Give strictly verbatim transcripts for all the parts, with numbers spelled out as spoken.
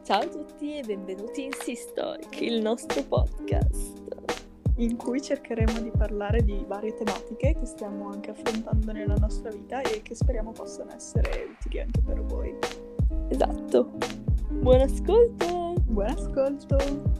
Ciao a tutti e benvenuti in Sistolic, il nostro podcast in cui cercheremo di parlare di varie tematiche che stiamo anche affrontando nella nostra vita e che speriamo possano essere utili anche per voi. Esatto. Buon ascolto! Buon ascolto!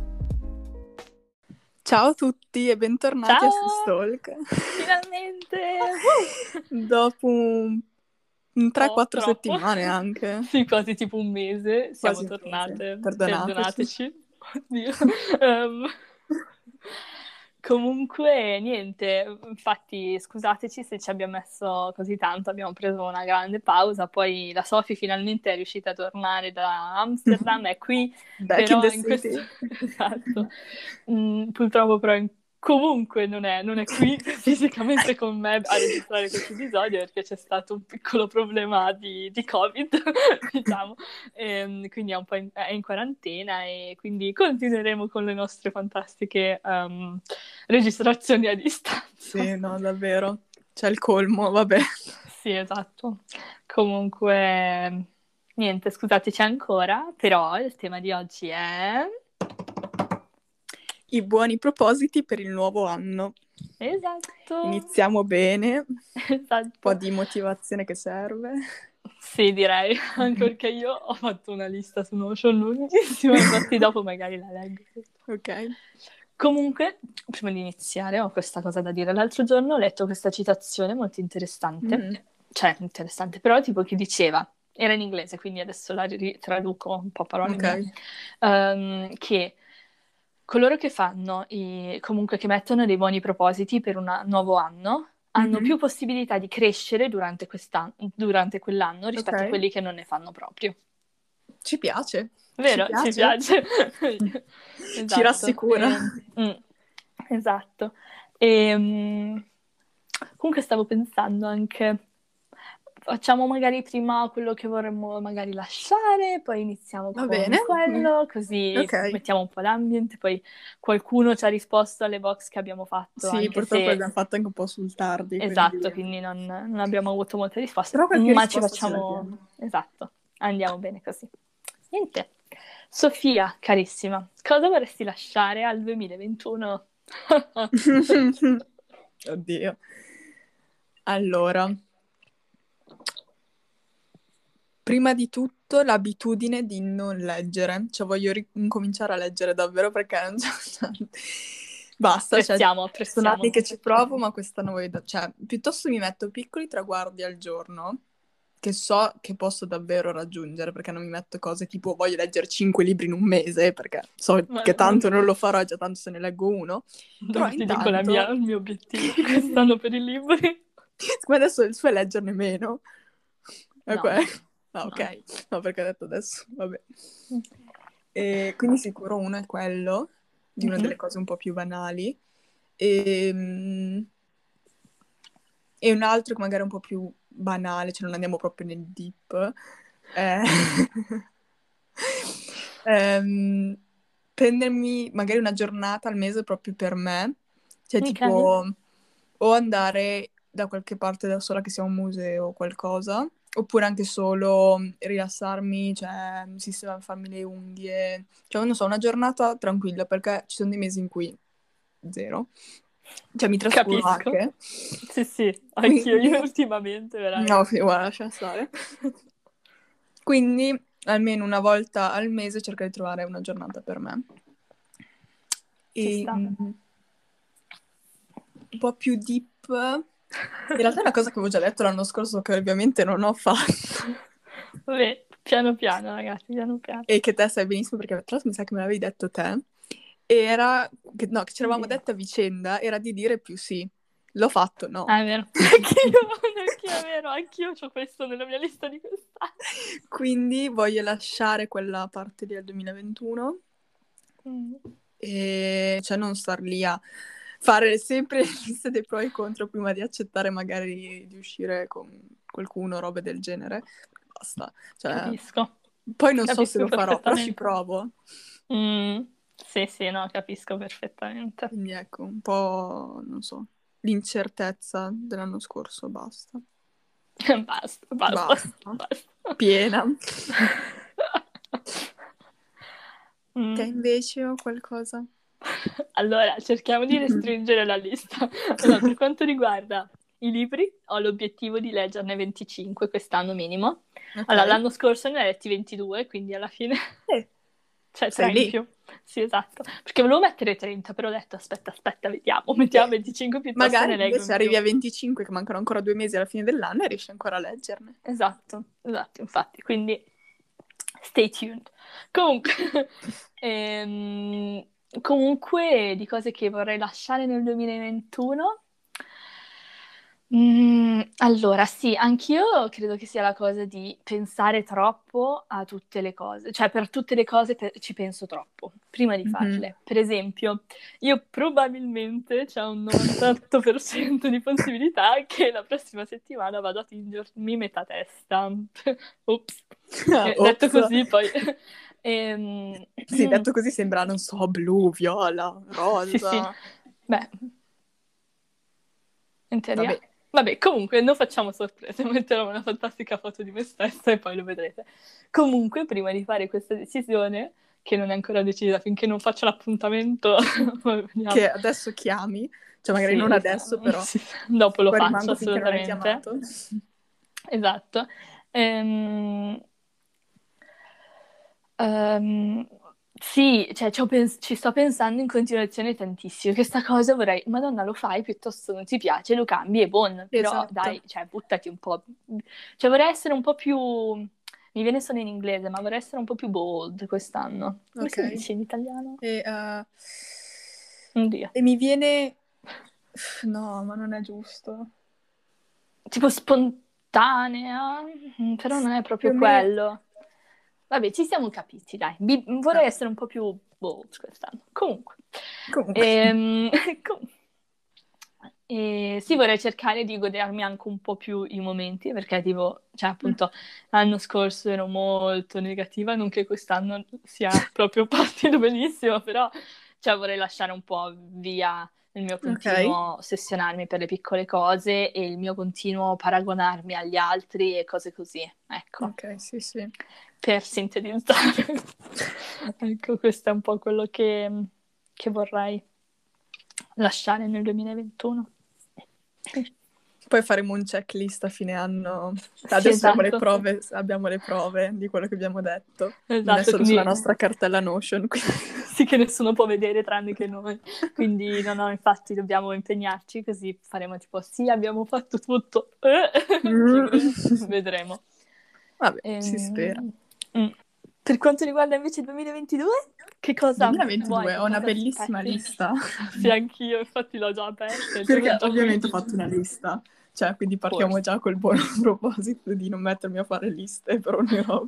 Ciao a tutti e bentornati Ciao! a Sistolic. Finalmente! Dopo un, un tre quattro Oh, settimane anche. Sì, quasi tipo un mese siamo Quasi un tornate. mese. Perdonateci. Perdonateci. Oddio. um... Comunque, niente, infatti scusateci se ci abbiamo messo così tanto, abbiamo preso una grande pausa, poi la Sofì finalmente è riuscita a tornare da Amsterdam, è qui, Back però in the in city. questo... Esatto. Mm, purtroppo però in... comunque non è, non è qui fisicamente con me a registrare questo episodio perché c'è stato un piccolo problema di, di Covid, diciamo, e, quindi è un po' in, è in quarantena e quindi continueremo con le nostre fantastiche um, registrazioni a distanza. Sì, no, davvero. C'è il colmo, vabbè. Sì, esatto. Comunque, niente, scusateci ancora, però il tema di oggi è... I buoni propositi per il nuovo anno. Esatto. Iniziamo bene. Esatto. Un po' di motivazione che serve. Sì, direi, anche perché io ho fatto una lista su Notion lunghissima, infatti dopo magari la leggo. Ok. Comunque, prima di iniziare, ho questa cosa da dire. L'altro giorno ho letto questa citazione molto interessante, Mm-hmm. cioè interessante, però tipo che diceva, era in inglese, quindi adesso la ri- traduco un po' parole Ok. mie, um, che coloro che fanno, i, comunque che mettono dei buoni propositi per un nuovo anno, hanno Mm-hmm. più possibilità di crescere durante, quest'anno, durante quell'anno rispetto Ok. a quelli che non ne fanno proprio. Ci piace. Vero? Ci Ci piace. piace. Ci Esatto. rassicura. E, mm, esatto. E, mm, comunque stavo pensando anche, facciamo magari prima quello che vorremmo magari lasciare, poi iniziamo Va con bene. quello, così Ok. mettiamo un po' l'ambiente, poi qualcuno ci ha risposto alle box che abbiamo fatto, Sì, anche purtroppo se... l'abbiamo fatto anche un po' sul tardi. Esatto, Quindi, quindi non, non abbiamo avuto molte risposte, però qualche ma ci risposta ce facciamo... l'abbiamo. Esatto, andiamo bene così. Niente. Sofia, carissima, cosa vorresti lasciare al duemilaventuno? Oddio. Allora, prima di tutto l'abitudine di non leggere. Cioè voglio ri- incominciare a leggere davvero perché non c'è... Basta, cioè, Apprezziamo, sono apprezziamo. anni che ci provo, ma quest'anno voglio... Cioè, piuttosto mi metto piccoli traguardi al giorno, che so che posso davvero raggiungere, perché non mi metto cose tipo voglio leggere cinque libri in un mese, perché so Ma che non, tanto non lo farò, già tanto se ne leggo uno. Però non ti dico la mia, intanto... il mio obiettivo di quest'anno per i libri. Come adesso il suo è leggerne meno. È No, que- no, Ah, no. ok. No, perché ho detto adesso, vabbè. E quindi sicuro uno è quello, di una Mhm. delle cose un po' più banali. E, e un altro che magari è un po' più banale, cioè non andiamo proprio nel deep. È... ehm, prendermi magari una giornata al mese proprio per me. Cioè, Ok. tipo, o andare da qualche parte da sola, che sia un museo o qualcosa, oppure anche solo rilassarmi, cioè sistemare, farmi le unghie, cioè non so, una giornata tranquilla, perché ci sono dei mesi in cui zero, cioè mi trascuro Capisco. anche. Sì, sì, anch'io io Quindi, ultimamente, no, veramente. sì, guarda, lascia stare. Quindi almeno una volta al mese cercare di trovare una giornata per me. Ci E sta. mm, un po' più deep. In realtà è una cosa che avevo già detto l'anno scorso, che ovviamente non ho fatto. Vabbè, piano piano, ragazzi, piano piano. E che te sai benissimo, perché tra l'altro mi sa che me l'avevi detto te. Era, che, no, che ci eravamo Vero. dette a vicenda, era di dire più sì. L'ho fatto, no. Ah, è vero. Anch'io, anch'io è vero, anch'io ho questo nella mia lista di quest'anno. Quindi voglio lasciare quella parte lì al duemilaventuno Mm. e cioè non star lì a fare sempre le liste dei pro e contro prima di accettare magari di uscire con qualcuno, robe del genere. Basta. Cioè, Capisco. poi non so se Capisco lo farò, però ci perfettamente. provo. Mm. Sì, sì, no, capisco perfettamente. Quindi ecco, un po', non so, l'incertezza dell'anno scorso, basta. Basta, basta, Basta. basta. Piena. Mm. Te invece o qualcosa? Allora, cerchiamo di restringere la lista. Allora, per quanto riguarda i libri, ho l'obiettivo di leggerne venticinque quest'anno minimo. Ok. Allora, l'anno scorso ne ho letti ventidue, quindi alla fine Eh, c'è tre sei in lì. più. Sì, esatto. Perché volevo mettere trenta, però ho detto aspetta, aspetta, vediamo, mettiamo Eh, venticinque piuttosto Magari ne leggo invece in più. arrivi a venticinque, che mancano ancora due mesi alla fine dell'anno e riesci ancora a leggerne. Esatto, esatto, infatti, quindi stay tuned. Comunque, ehm, comunque di cose che vorrei lasciare nel duemilaventuno. Mm, allora, sì, anch'io credo che sia la cosa di pensare troppo a tutte le cose, cioè per tutte le cose pe- ci penso troppo prima di Mhm. farle. Per esempio, io probabilmente c'è un novantotto per cento di possibilità che la prossima settimana vado a tingermi metà testa. Ops. Eh, detto Ops. così, poi... ehm, Sì, detto così sembra, non so, blu, viola, Sì, sì. rosa. Beh, in teoria. Vabbè, Vabbè, comunque non facciamo sorprese, metterò una fantastica foto di me stessa e poi lo vedrete. Comunque, prima di fare questa decisione, che non è ancora decisa finché non faccio l'appuntamento, vediamo. che adesso chiami, cioè magari non Sì, adesso, però sì, dopo lo poi faccio rimango finché non hai assolutamente. chiamato. Esatto. Ehm, ehm, sì, cioè ci, ho pens- ci sto pensando in continuazione tantissimo. Questa cosa vorrei, Madonna, lo fai piuttosto non ti piace, lo cambi e buon, però Esatto. dai, cioè buttati un po'. Cioè vorrei essere un po' più, mi viene solo in inglese, ma vorrei essere un po' più bold quest'anno. Come Ok. si dice in italiano? E, uh, Oddio. e mi viene... No, ma non è giusto. Tipo spontanea, mm, però non è Più proprio o meno... quello. Vabbè, ci siamo capiti, dai. Bi- Ah, vorrei essere un po' più bold quest'anno. Comunque. comunque. Ehm, com- e sì, vorrei cercare di godermi anche un po' più i momenti, perché tipo, cioè Mm. appunto, l'anno scorso ero molto negativa, non che quest'anno sia proprio partito benissimo, però cioè, vorrei lasciare un po' via il mio Ok, continuo ossessionarmi per le piccole cose e il mio continuo paragonarmi agli altri e cose così, ecco, ok, sì, sì. per sintetizzare. Ecco, questo è un po' quello che, che vorrei lasciare nel duemilaventuno. Poi faremo un checklist a fine anno. Sì, Adesso abbiamo le esatto, prove, abbiamo le prove di quello che abbiamo detto. Non è esatto, solo sulla quindi nostra cartella Notion, quindi... sì che nessuno può vedere tranne che noi, quindi no, no, infatti dobbiamo impegnarci così faremo tipo sì, abbiamo fatto tutto, Mm. Che vedremo. Vabbè, si spera. Ehm, mm. Per quanto riguarda invece il duemilaventidue, che cosa vuoi, duemilaventidue, che ho una cosa bellissima aspetti? lista. Sì, anch'io, infatti l'ho già aperta e sono Perché già qui. ovviamente ho fatto una lista. Cioè, quindi Of partiamo course. già col buon proposito di non mettermi a fare liste per ogni roba.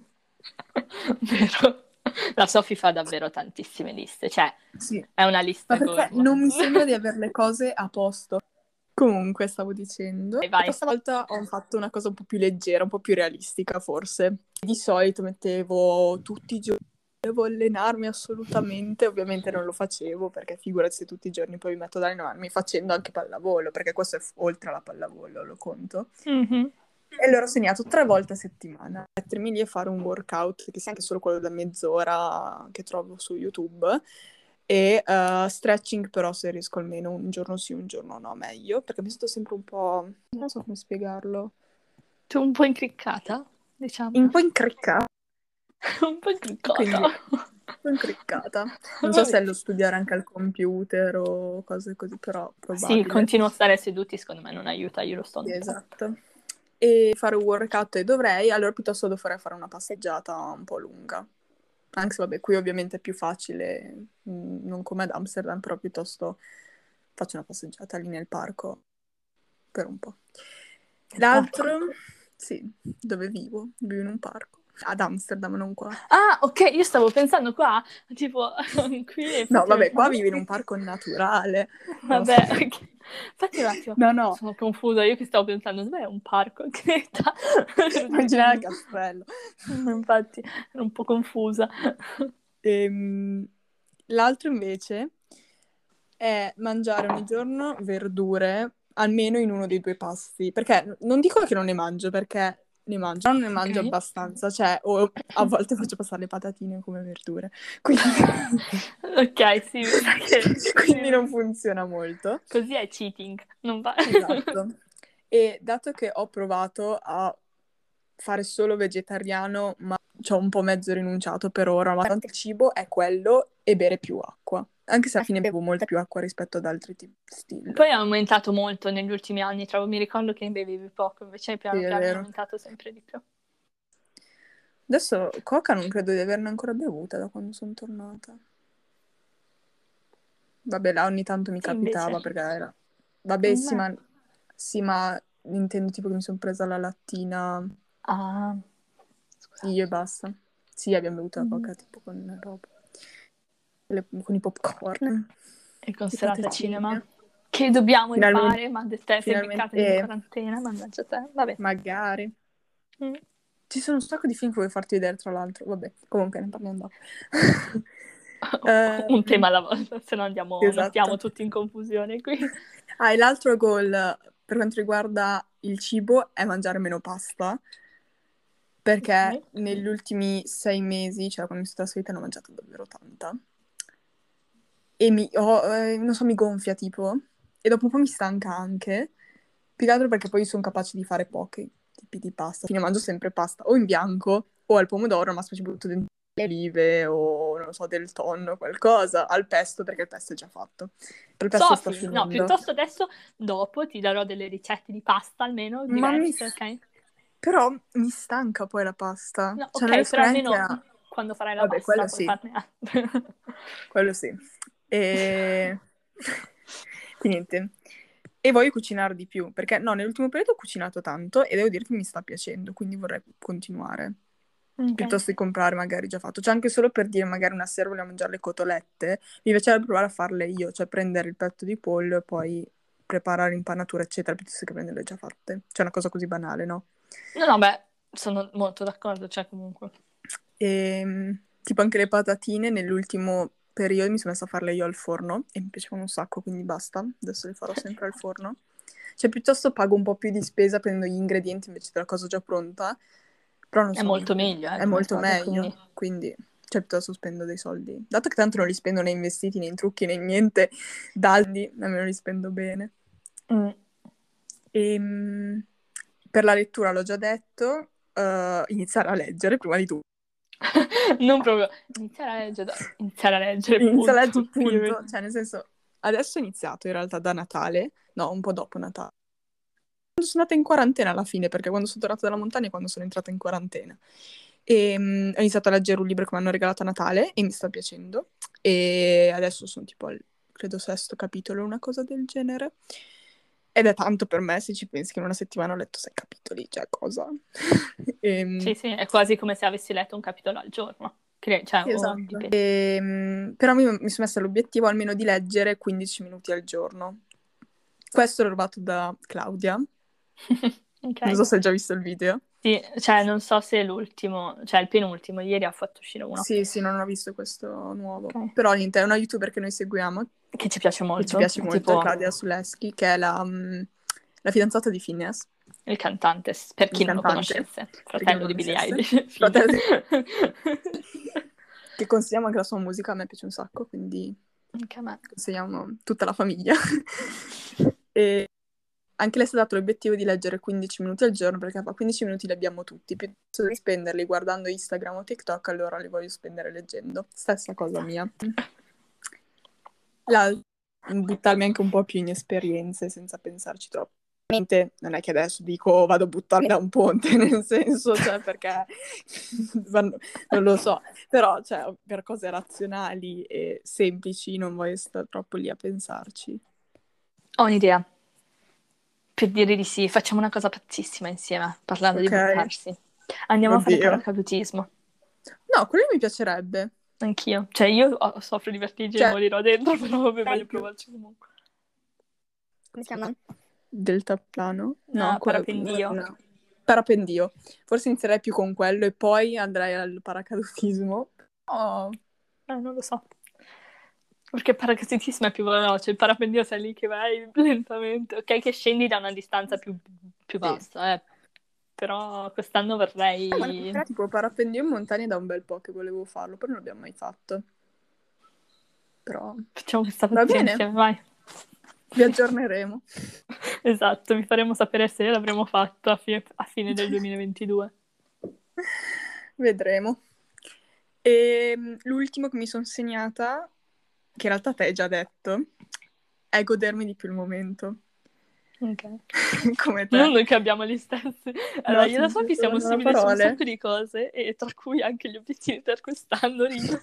Vero. La Sophie fa davvero tantissime liste, cioè Sì, è una ma lista perché enorme. non mi sembra di avere le cose a posto. Comunque, stavo dicendo, Vai, vai. questa volta ho fatto una cosa un po' più leggera, un po' più realistica, forse. Di solito mettevo tutti i giorni, devo allenarmi assolutamente, ovviamente non lo facevo, perché figurati se tutti i giorni poi mi metto ad allenarmi facendo anche pallavolo, perché questo è f- oltre alla pallavolo, lo conto. Mhm. E allora ho segnato tre volte a settimana, mettermi lì a fare un workout, che sia anche solo quello da mezz'ora che trovo su YouTube, e uh, stretching però se riesco almeno un giorno sì, un giorno no, meglio, perché mi sento sempre un po', non so come spiegarlo, Tu un po' incriccata, diciamo. un po' incriccata, Un po' incriccata. quindi un po' incriccata. Non so se è lo studiare anche al computer o cose così, però Sì, il probabile. continuo a stare seduti secondo me non aiuta, io lo sto Sì, notando. esatto. E fare un workout e dovrei, allora piuttosto dovrei fare una passeggiata un po' lunga. Anche se vabbè, qui ovviamente è più facile, mh, non come ad Amsterdam, però piuttosto faccio una passeggiata lì nel parco per un po'. Nel parco. L'altro, sì, dove vivo, vivo in un parco. Ad Amsterdam, non qua. Ah, ok, io stavo pensando qua, tipo, qui, No, infatti ero vabbè, tipo, qua "Ah, vivi in un parco naturale. No. vabbè, ok." Infatti ero un attimo, No, no, sono confusa, io che stavo pensando, dov'è un parco in Creta? Ero tipo, immaginare il mm, castello. infatti, ero un po' confusa. Ehm, l'altro invece è mangiare ogni giorno verdure, almeno in uno dei due pasti. Perché non dico che non ne mangio, perché ne mangio, però non ne mangio Ok. abbastanza, cioè, o a volte faccio passare le patatine come verdure, quindi, Ok, sì, mi sa che così quindi non non, funziona molto. così è cheating, non va. Esatto. E dato che ho provato a fare solo vegetariano, ma ci ho un po' mezzo rinunciato per ora, ma tanto il cibo è quello e bere più acqua. Anche se alla fine bevo molta più acqua rispetto ad altri tipi di stile. Poi è aumentato molto negli ultimi anni, trovo, mi ricordo che ne bevevi poco, invece Sì, piano è piano è vero. aumentato sempre di più. Adesso coca non credo di averne ancora bevuta da quando sono tornata. Vabbè, là ogni tanto mi Sì, capitava invece. perché era... Vabbè, sì, Mm. ma, sì, ma intendo tipo che mi sono presa la lattina Ah, io scusate. e basta. Sì, abbiamo bevuto la Mm. coca tipo con roba. Le- con i popcorn. E Le conservata cinema. patatine. Che dobbiamo Finalmente, rifare, ma te sei finalmente, beccata in eh, quarantena, mannaggia te. Vabbè. magari. Mm. Ci sono un sacco di film che voglio farti vedere, tra l'altro. Vabbè, comunque ne parliamo dopo. Un Ehm, tema alla volta, se no andiamo, mettiamo esatto. tutti in confusione qui. Ah, e l'altro goal per quanto riguarda il cibo è mangiare meno pasta, perché Ok. negli ultimi sei mesi, cioè quando mi sono trasferita, ne ho mangiata davvero tanta. E mi, ho, eh, non so, mi gonfia tipo. E dopo un po' mi stanca anche. Più che altro perché poi sono capace di fare pochi tipi di pasta. Quindi mangio sempre pasta o in bianco o al pomodoro, al massimo ci butto dentro le olive o non lo so, del tonno o qualcosa. Al pesto perché il pesto è già fatto. Il pesto sta Sofi, no, finendo. piuttosto adesso, dopo, ti darò delle ricette di pasta, almeno, Ma mi... diverse, ok? Però mi stanca poi la pasta. No, Cioè non ok, riesco però neanche almeno a... quando farai la Vabbè, pasta quello puoi sì. farne altre. Quello sì. E... Quindi niente. E voglio cucinare di più, perché no, nell'ultimo periodo ho cucinato tanto e devo dire che mi sta piacendo, quindi vorrei continuare. Ok. Piuttosto di comprare magari già fatto. Cioè anche solo per dire magari una sera vogliamo mangiare le cotolette, mi piacerebbe provare a farle io, cioè prendere il petto di pollo e poi preparare impanatura, eccetera, piuttosto che prenderle già fatte. Cioè una cosa così banale, no? No, no, beh, sono molto d'accordo, cioè comunque. E tipo anche le patatine nell'ultimo periodo mi sono messa a farle io al forno e mi piacevano un sacco, quindi basta. Adesso le farò sempre al forno. Cioè, piuttosto pago un po' più di spesa prendendo gli ingredienti invece della cosa già pronta. Però non È so, molto meglio, eh, è come molto cosa, quindi... meglio. Quindi, cioè, piuttosto spendo dei soldi. Dato che tanto non li spendo né investiti né in trucchi né in niente, daldi, almeno li spendo bene. Mm. E, per la lettura l'ho già detto, eh, iniziare a leggere prima di tutto. Non proprio... Iniziare a leggere, iniziare a leggere, Inizia a leggere, punto. punto. Period. Cioè, nel senso, adesso è iniziato in realtà da Natale, no, un po' dopo Natale. Quando sono andata in quarantena alla fine, perché quando sono tornata dalla montagna è quando sono entrata in quarantena. E mm, ho iniziato a leggere un libro che mi hanno regalato a Natale e mi sta piacendo. E adesso sono tipo al, credo, sesto capitolo, una cosa del genere. Ed è tanto per me, se ci pensi che in una settimana ho letto sei capitoli, cioè cosa? Sì, E, sì, è quasi come se avessi letto un capitolo al giorno. Cre- cioè, sì, o esatto. dipende. Ehm, però mi, mi sono messa l'obiettivo almeno di leggere quindici minuti al giorno. Questo l'ho rubato da Claudia. Non Ok. so se hai già visto il video. Sì, cioè, non so se è l'ultimo, cioè il penultimo, ieri ha fatto uscire uno. Sì, sì, non ho visto questo nuovo. Ok. Però niente, è una YouTuber che noi seguiamo, Che ci piace che ci molto, piace è molto, tipo Claudia Suleschi, che è la, mm, la fidanzata di Phineas, il cantante, per il chi non lo cantante, conoscesse, per chi non fratello lo di Billie conoscesse. Eilish, fine. Fratello di- che consigliamo anche la sua musica, a me piace un sacco, quindi Anche a me. consigliamo tutta la famiglia. E anche lei si è dato l'obiettivo di leggere quindici minuti al giorno, perché fa quindici minuti li abbiamo tutti, piuttosto di spenderli guardando Instagram o TikTok, allora li voglio spendere leggendo. Stessa cosa mia. La, buttarmi anche un po' più in esperienze senza pensarci troppo. Ovviamente non è che adesso dico "Oh, vado a buttarmi da un ponte", nel senso, cioè perché vanno- non lo so, però cioè, per cose razionali e semplici non voglio stare troppo lì a pensarci. Ho un'idea. Per dire di sì, facciamo una cosa pazzissima insieme, parlando di Ok? buttarsi. Andiamo a fare Oddio. paracadutismo. No, quello mi piacerebbe. Anch'io. Cioè, io ho- soffro di vertigine e Cioè, morirò dentro, però vabbè, voglio esempio, provarci comunque. come si chiama? Deltaplano? No, Ah, que- parapendio. no. Parapendio. Forse inizierei più con quello e poi andrei al paracadutismo. Oh, Eh, non lo so. Perché il paracadutismo è più veloce, il parapendio sei lì che vai lentamente. Ok, che scendi da una distanza più, più sì. vasta, eh. però quest'anno Eh, ma vorrei... era tipo parapendio in montagna da un bel po' che volevo farlo, però non l'abbiamo mai fatto. Però Facciamo questa va fatica bene, insieme, vai. vi aggiorneremo. Esatto, vi faremo sapere se l'avremo fatto a fine, a fine del duemilaventidue. Vedremo. E l'ultimo che mi sono segnata, che in realtà te hai già detto, è godermi di più il momento. Ok. Come te. Non che abbiamo gli stessi. Allora, No, io e ti la Sofì siamo giuro, non ho simili su un parole. sacco di cose, e tra cui anche gli obiettivi per quest'anno, rido.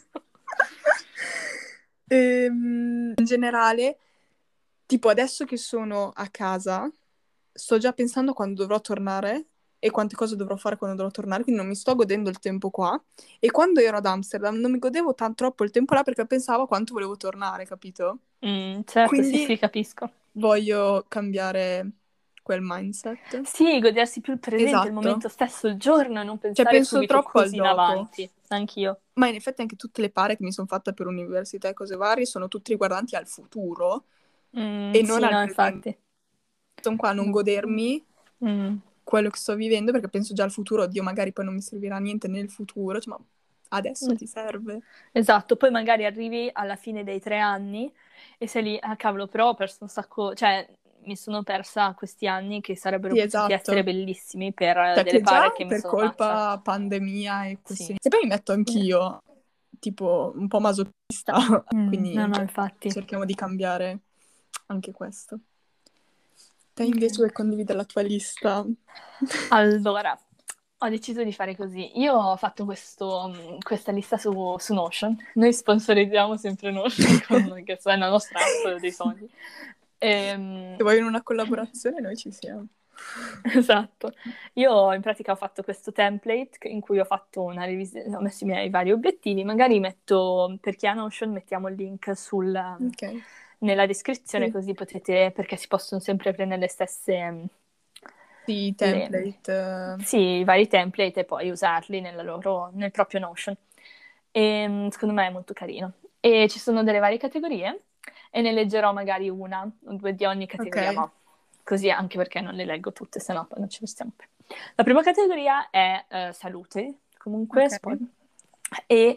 Ehm, in generale, tipo adesso che sono a casa, sto già pensando a quando dovrò tornare e quante cose dovrò fare quando dovrò tornare, quindi non mi sto godendo il tempo qua. E quando ero ad Amsterdam non mi godevo tan- troppo il tempo là perché pensavo a quanto volevo tornare, capito? Mm, certo, sì, Quindi sì, capisco. voglio cambiare quel mindset. Sì, godersi più il presente, il Esatto. momento stesso, il giorno, e non Cioè, pensare penso subito troppo al così in dopo. avanti. Anch'io. Ma in effetti anche tutte le pare che mi sono fatta per università e cose varie sono tutte riguardanti al futuro Mm, e non sì, al no, presente. infatti. Sono qua a non No. godermi Mm. quello che sto vivendo perché penso già al futuro, oddio, magari poi non mi servirà niente nel futuro, cioè, ma adesso ti serve. Esatto, poi magari arrivi alla fine dei tre anni e sei lì, ah cavolo, però ho perso un sacco, cioè mi sono persa questi anni che sarebbero Sì, potuti essere esatto. bellissimi per eh, Cioè delle che già pare che mi per sono lasciate. colpa pandemia e Sì. questioni. E poi mi metto Sì. anch'io, tipo, un po' masochista, Mm, no, quindi no, infatti. cerchiamo di cambiare anche questo. Te Ok. invece vuoi condividere la tua lista? Allora, ho deciso di fare così. Io ho fatto questo, mh, questa lista su, su Notion. Noi sponsorizziamo sempre Notion, con, che è la nostra app dei sogni. Ehm, Se vuoi una collaborazione, noi ci siamo. Esatto. Io in pratica ho fatto questo template in cui ho fatto una revisione, ho messo i miei vari obiettivi. Magari metto, per chi ha Notion, mettiamo il link sul, Ok. nella descrizione, Sì. così potete, perché si possono sempre prendere le stesse, Sì, le- template. eh, sì, i vari template e poi usarli nella loro, nel proprio Notion. E secondo me è molto carino. E ci sono delle varie categorie e ne leggerò magari una o due di ogni categoria, Ok. ma così anche perché non le leggo tutte, se no poi non ce ne stiamo più. La prima categoria è eh, salute, comunque, Ok. sport. E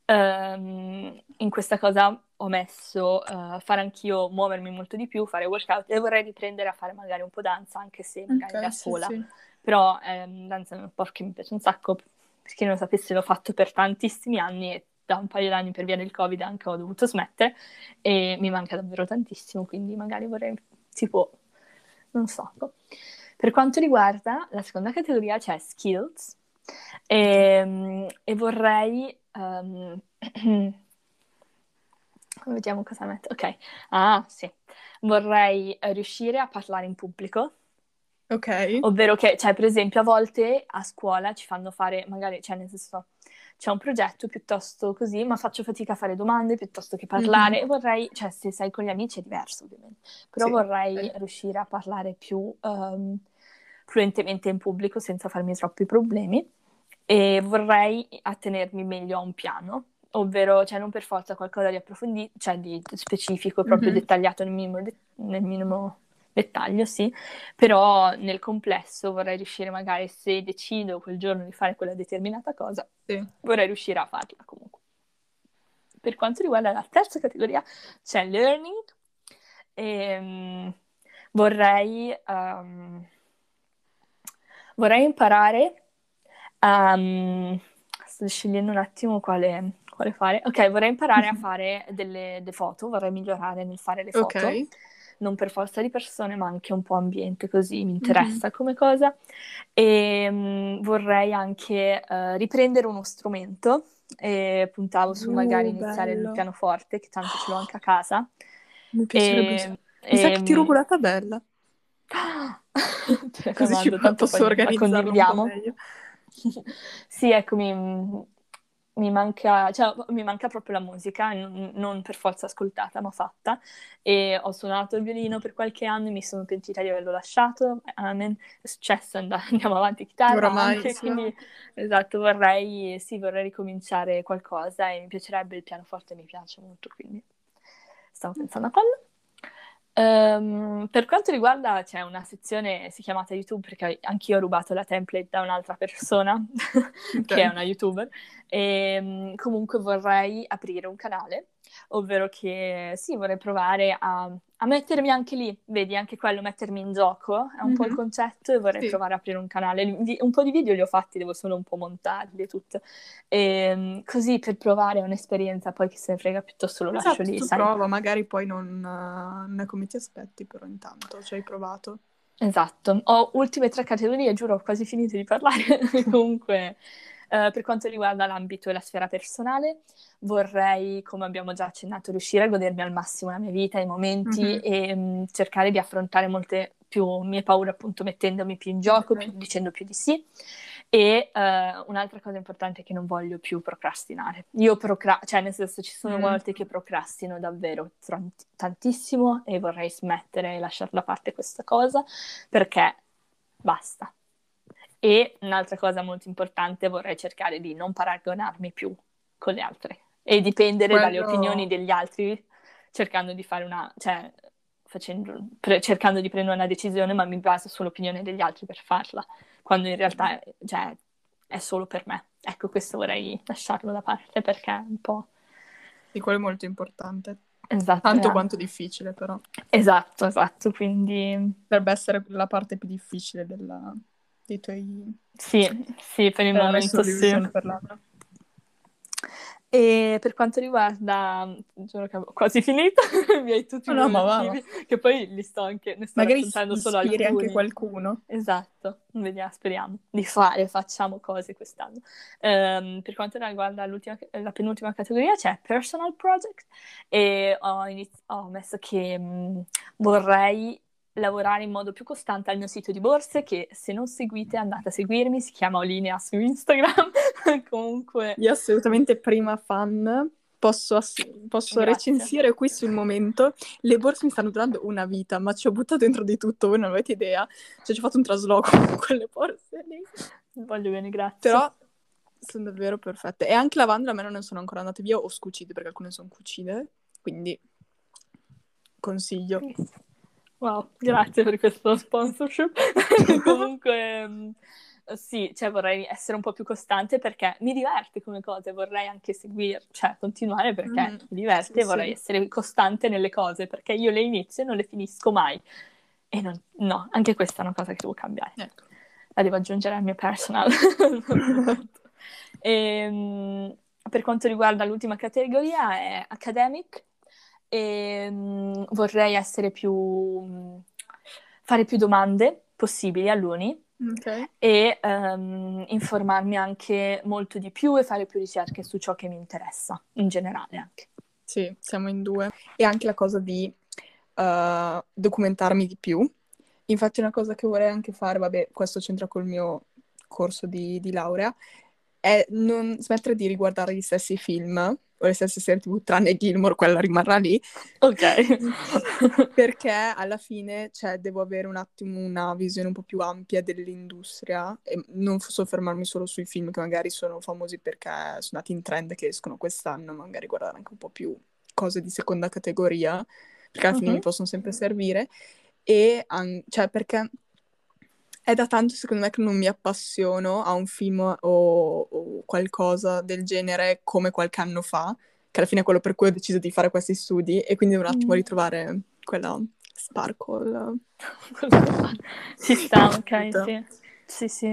ehm, in questa cosa ho messo eh, fare anch'io, muovermi molto di più, fare workout, e vorrei riprendere a fare magari un po' danza, anche se magari da Ok, sì, sola. sì. Però ehm, danza è uno sport che mi piace un sacco, per chi non lo sapesse l'ho fatto per tantissimi anni e da un paio d'anni per via del Covid anche ho dovuto smettere e mi manca davvero tantissimo, quindi magari vorrei, tipo, non so. Per quanto riguarda la seconda categoria c'è skills e, e vorrei... ehm, vediamo cosa metto. Ok, ah sì, vorrei eh, riuscire a parlare in pubblico. Ok. Ovvero che, cioè, per esempio, a volte a scuola ci fanno fare, magari, cioè, nel senso, c'è un progetto piuttosto così, ma faccio fatica a fare domande piuttosto che Mhm. parlare, e vorrei, cioè, se sei con gli amici è diverso, ovviamente, però Sì. vorrei Ok. riuscire a parlare più ehm, fluentemente in pubblico senza farmi troppi problemi, e vorrei attenermi meglio a un piano, ovvero, cioè, non per forza qualcosa di approfondito, cioè di specifico, proprio Mhm. dettagliato nel minimo, de- nel minimo dettaglio, sì, però nel complesso vorrei riuscire, magari se decido quel giorno di fare quella determinata cosa, Sì. vorrei riuscire a farla comunque. Per quanto riguarda la terza categoria c'è learning e um, vorrei, um, vorrei imparare a... Um, sto scegliendo un attimo quale, quale fare. Ok, vorrei imparare a fare delle, delle foto, vorrei migliorare nel fare le Ok. foto, non per forza di persone, ma anche un po' ambiente, così mi Mhm. interessa come cosa. E um, vorrei anche uh, riprendere uno strumento e puntavo su magari Uh, iniziare il bello. pianoforte, che tanto ce l'ho anche a casa. Mi piacerebbe un E, sacco. Mi sa che ti e... rubo la tabella, Te la così ci mando, tanto posso poi la organizzarlo un po' condividiamo. meglio. Sì, ecco, mi, mi manca, cioè, mi manca proprio la musica, non, non per forza ascoltata, ma fatta. E ho suonato il violino per qualche anno e mi sono pentita di averlo lasciato. Amen. È successo, and- andiamo avanti, chitarra Oramai, anche, sì. quindi esatto, vorrei, sì, vorrei ricominciare qualcosa e mi piacerebbe il pianoforte, mi piace molto, quindi stavo pensando a quello. Ehm, per quanto riguarda, c'è una sezione, si chiamata YouTube, perché anch'io ho rubato la template da un'altra persona, che è Ok. una YouTuber, e mm, comunque vorrei aprire un canale, ovvero che sì, vorrei provare a, a mettermi anche lì, vedi, anche quello, mettermi in gioco, è un po' il Mhm. concetto, e vorrei Sì. provare a aprire un canale. Di- Un po' di video li ho fatti, devo solo un po' montarli e tutto. E, così per provare è un'esperienza, poi chi se ne frega, piuttosto lo lascio Esatto, lì, tu sai. prova, magari poi non, eh, non è come ti aspetti, però intanto ci hai provato. Esatto, ho ultime tre categorie, giuro, ho quasi finito di parlare. Comunque, eh, per quanto riguarda l'ambito e la sfera personale, vorrei, come abbiamo già accennato, riuscire a godermi al massimo la mia vita, i momenti Mhm. e mh, cercare di affrontare molte più mie paure, appunto, mettendomi più in gioco, più- Ok. dicendo più di sì. E eh, un'altra cosa importante è che non voglio più procrastinare. Io procra- cioè nel senso ci sono Mm. volte che procrastino davvero tran- tantissimo e vorrei smettere e lasciare da parte questa cosa perché basta. E un'altra cosa molto importante, vorrei cercare di non paragonarmi più con le altre e dipendere dalle opinioni Quello, degli altri, cercando di fare una, cioè facendo, pre- cercando di prendere una decisione, ma mi baso sull'opinione degli altri per farla, quando in realtà è, cioè, è solo per me. Ecco, questo vorrei lasciarlo da parte perché è un po'... sì, quello è molto importante. Esatto, Tanto eh. quanto difficile, però. Esatto, esatto, quindi Potrebbe essere la parte più difficile della- dei tuoi... sì, sì, per il della momento sì. resolution per l'anno. E per quanto riguarda, giuro che avevo quasi finito, i miei tutti No, i no, miei ma va, va. obiettivi, che poi li sto anche, ne sto Magari s- raccontando solo ispiri anche alcuni. qualcuno. Esatto, vediamo, speriamo di fare, facciamo cose quest'anno. Ehm, per quanto riguarda l'ultima, la penultima categoria c'è personal project e ho, iniz- ho messo che mh, vorrei lavorare in modo più costante al mio sito di borse, che se non seguite andate a seguirmi, si chiama Olinea su Instagram. Comunque, Io assolutamente prima fan, posso, ass- posso grazie. recensire qui sul momento, le borse mi stanno durando una vita, ma ci ho buttato dentro di tutto, voi non avete idea. Cioè, ci ho fatto un trasloco con quelle borse lì. Voglio bene, grazie. Però sono davvero perfette. E anche lavandole a me non ne sono ancora andate via, o scucite, perché alcune sono cucite, quindi consiglio. Wow, grazie per questo sponsorship. Comunque, mh, sì, cioè vorrei essere un po' più costante perché mi diverte come cose, vorrei anche seguire, cioè continuare perché Mhm. mi diverte Sì, e vorrei sì. essere costante nelle cose perché io le inizio e non le finisco mai. E non- no, anche questa è una cosa che devo cambiare. Ecco. La devo aggiungere al mio personal. progetto. E, mh, per quanto riguarda l'ultima categoria è academic e mh, vorrei essere più mh, fare più domande possibili all'uni Ok. e ehm, informarmi anche molto di più e fare più ricerche su ciò che mi interessa, in generale anche. Sì, siamo in due. E anche la cosa di eh, documentarmi di più. Infatti una cosa che vorrei anche fare, vabbè, questo c'entra col mio corso di, di laurea, è non smettere di riguardare gli stessi film o le stesse serie ti vu, tranne Gilmore, quella rimarrà lì, Ok. perché alla fine, cioè, devo avere un attimo una visione un po' più ampia dell'industria e non f- soffermarmi solo sui film che magari sono famosi perché sono andati in trend che escono quest'anno, magari guardare anche un po' più cose di seconda categoria, perché alla fine mi Mhm. possono sempre servire e an- cioè perché è da tanto secondo me che non mi appassiono a un film o, o qualcosa del genere come qualche anno fa, che alla fine è quello per cui ho deciso di fare questi studi e quindi devo un attimo Mm. ritrovare quella sparkle. Ci sta, ok, Vita. sì. Sì, sì.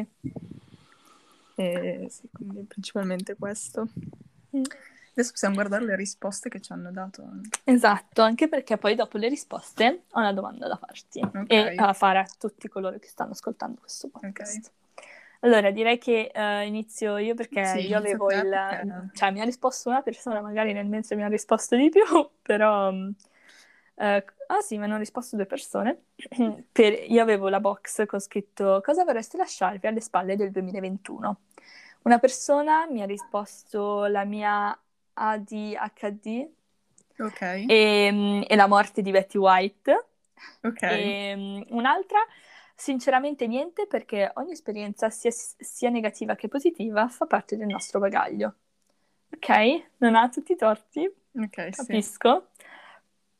E sì, quindi principalmente questo. Mm. Adesso possiamo guardare le risposte che ci hanno dato anche. Esatto, anche perché poi dopo le risposte ho una domanda da farti e Ok, a fare a tutti coloro che stanno ascoltando questo ok. podcast. Allora, direi che eh, inizio io perché Sì, io inizia avevo te il... perché... cioè mi ha risposto una persona, magari nel mentre mi ha risposto di più, però... mm, eh, ah sì, mi hanno risposto due persone. Per- io avevo la box con scritto cosa vorreste lasciarvi alle spalle del duemilaventuno. Una persona mi ha risposto la mia A D H D Ok, e, e la morte di Betty White. ok. E um, un'altra, sinceramente niente, perché ogni esperienza, sia, sia negativa che positiva, fa parte del nostro bagaglio. Ok? Non ha tutti i torti, Ok, sì. capisco.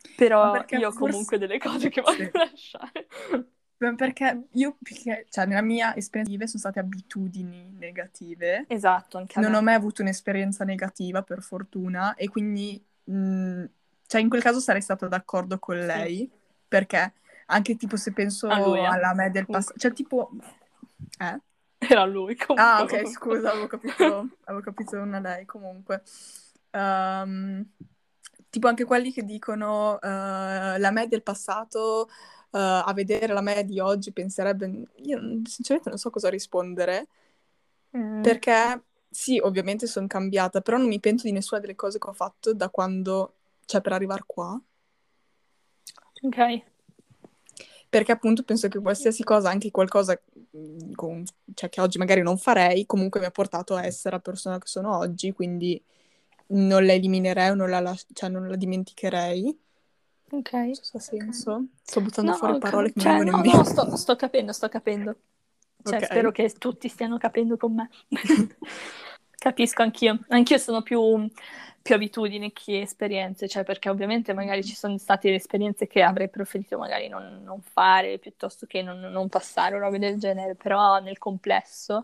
Ma Però perché io ho forse... comunque delle cose che Sì. voglio lasciare. Beh, perché io, perché, cioè, nella mia esperienza negative sono state abitudini negative. Esatto, anche a Non ho me. mai avuto un'esperienza negativa, per fortuna, e quindi, mh, cioè, in quel caso sarei stata d'accordo con Sì, lei, perché anche tipo se a lui, penso eh. alla me del passato, Comunque, cioè tipo... Eh? era lui Ah, comunque. ok, scusa, avevo capito, avevo capito una lei comunque. Ehm, tipo anche quelli che dicono eh, la me del passato, eh, a vedere la me di oggi penserebbe... Io sinceramente non so cosa rispondere, Mm, perché sì, ovviamente sono cambiata, però non mi pento di nessuna delle cose che ho fatto da quando... cioè per arrivare qua. ok. Perché appunto penso che qualsiasi cosa, anche qualcosa mh, con- cioè, che oggi magari non farei, comunque mi ha portato a essere la persona che sono oggi, quindi non la eliminerei o non la, las- cioè, non la dimenticherei. Non Ok, so se ha ok. senso. Sto buttando No, fuori ca- parole che mi cioè, vengono in no, no, mente. sto, sto capendo, sto capendo. Cioè, Ok. spero che tutti stiano capendo con me. Capisco anch'io. Anch'io sono più, più abitudini che esperienze, cioè perché ovviamente magari ci sono state esperienze che avrei preferito magari non, non fare piuttosto che non, non passare o robe del genere, però nel complesso,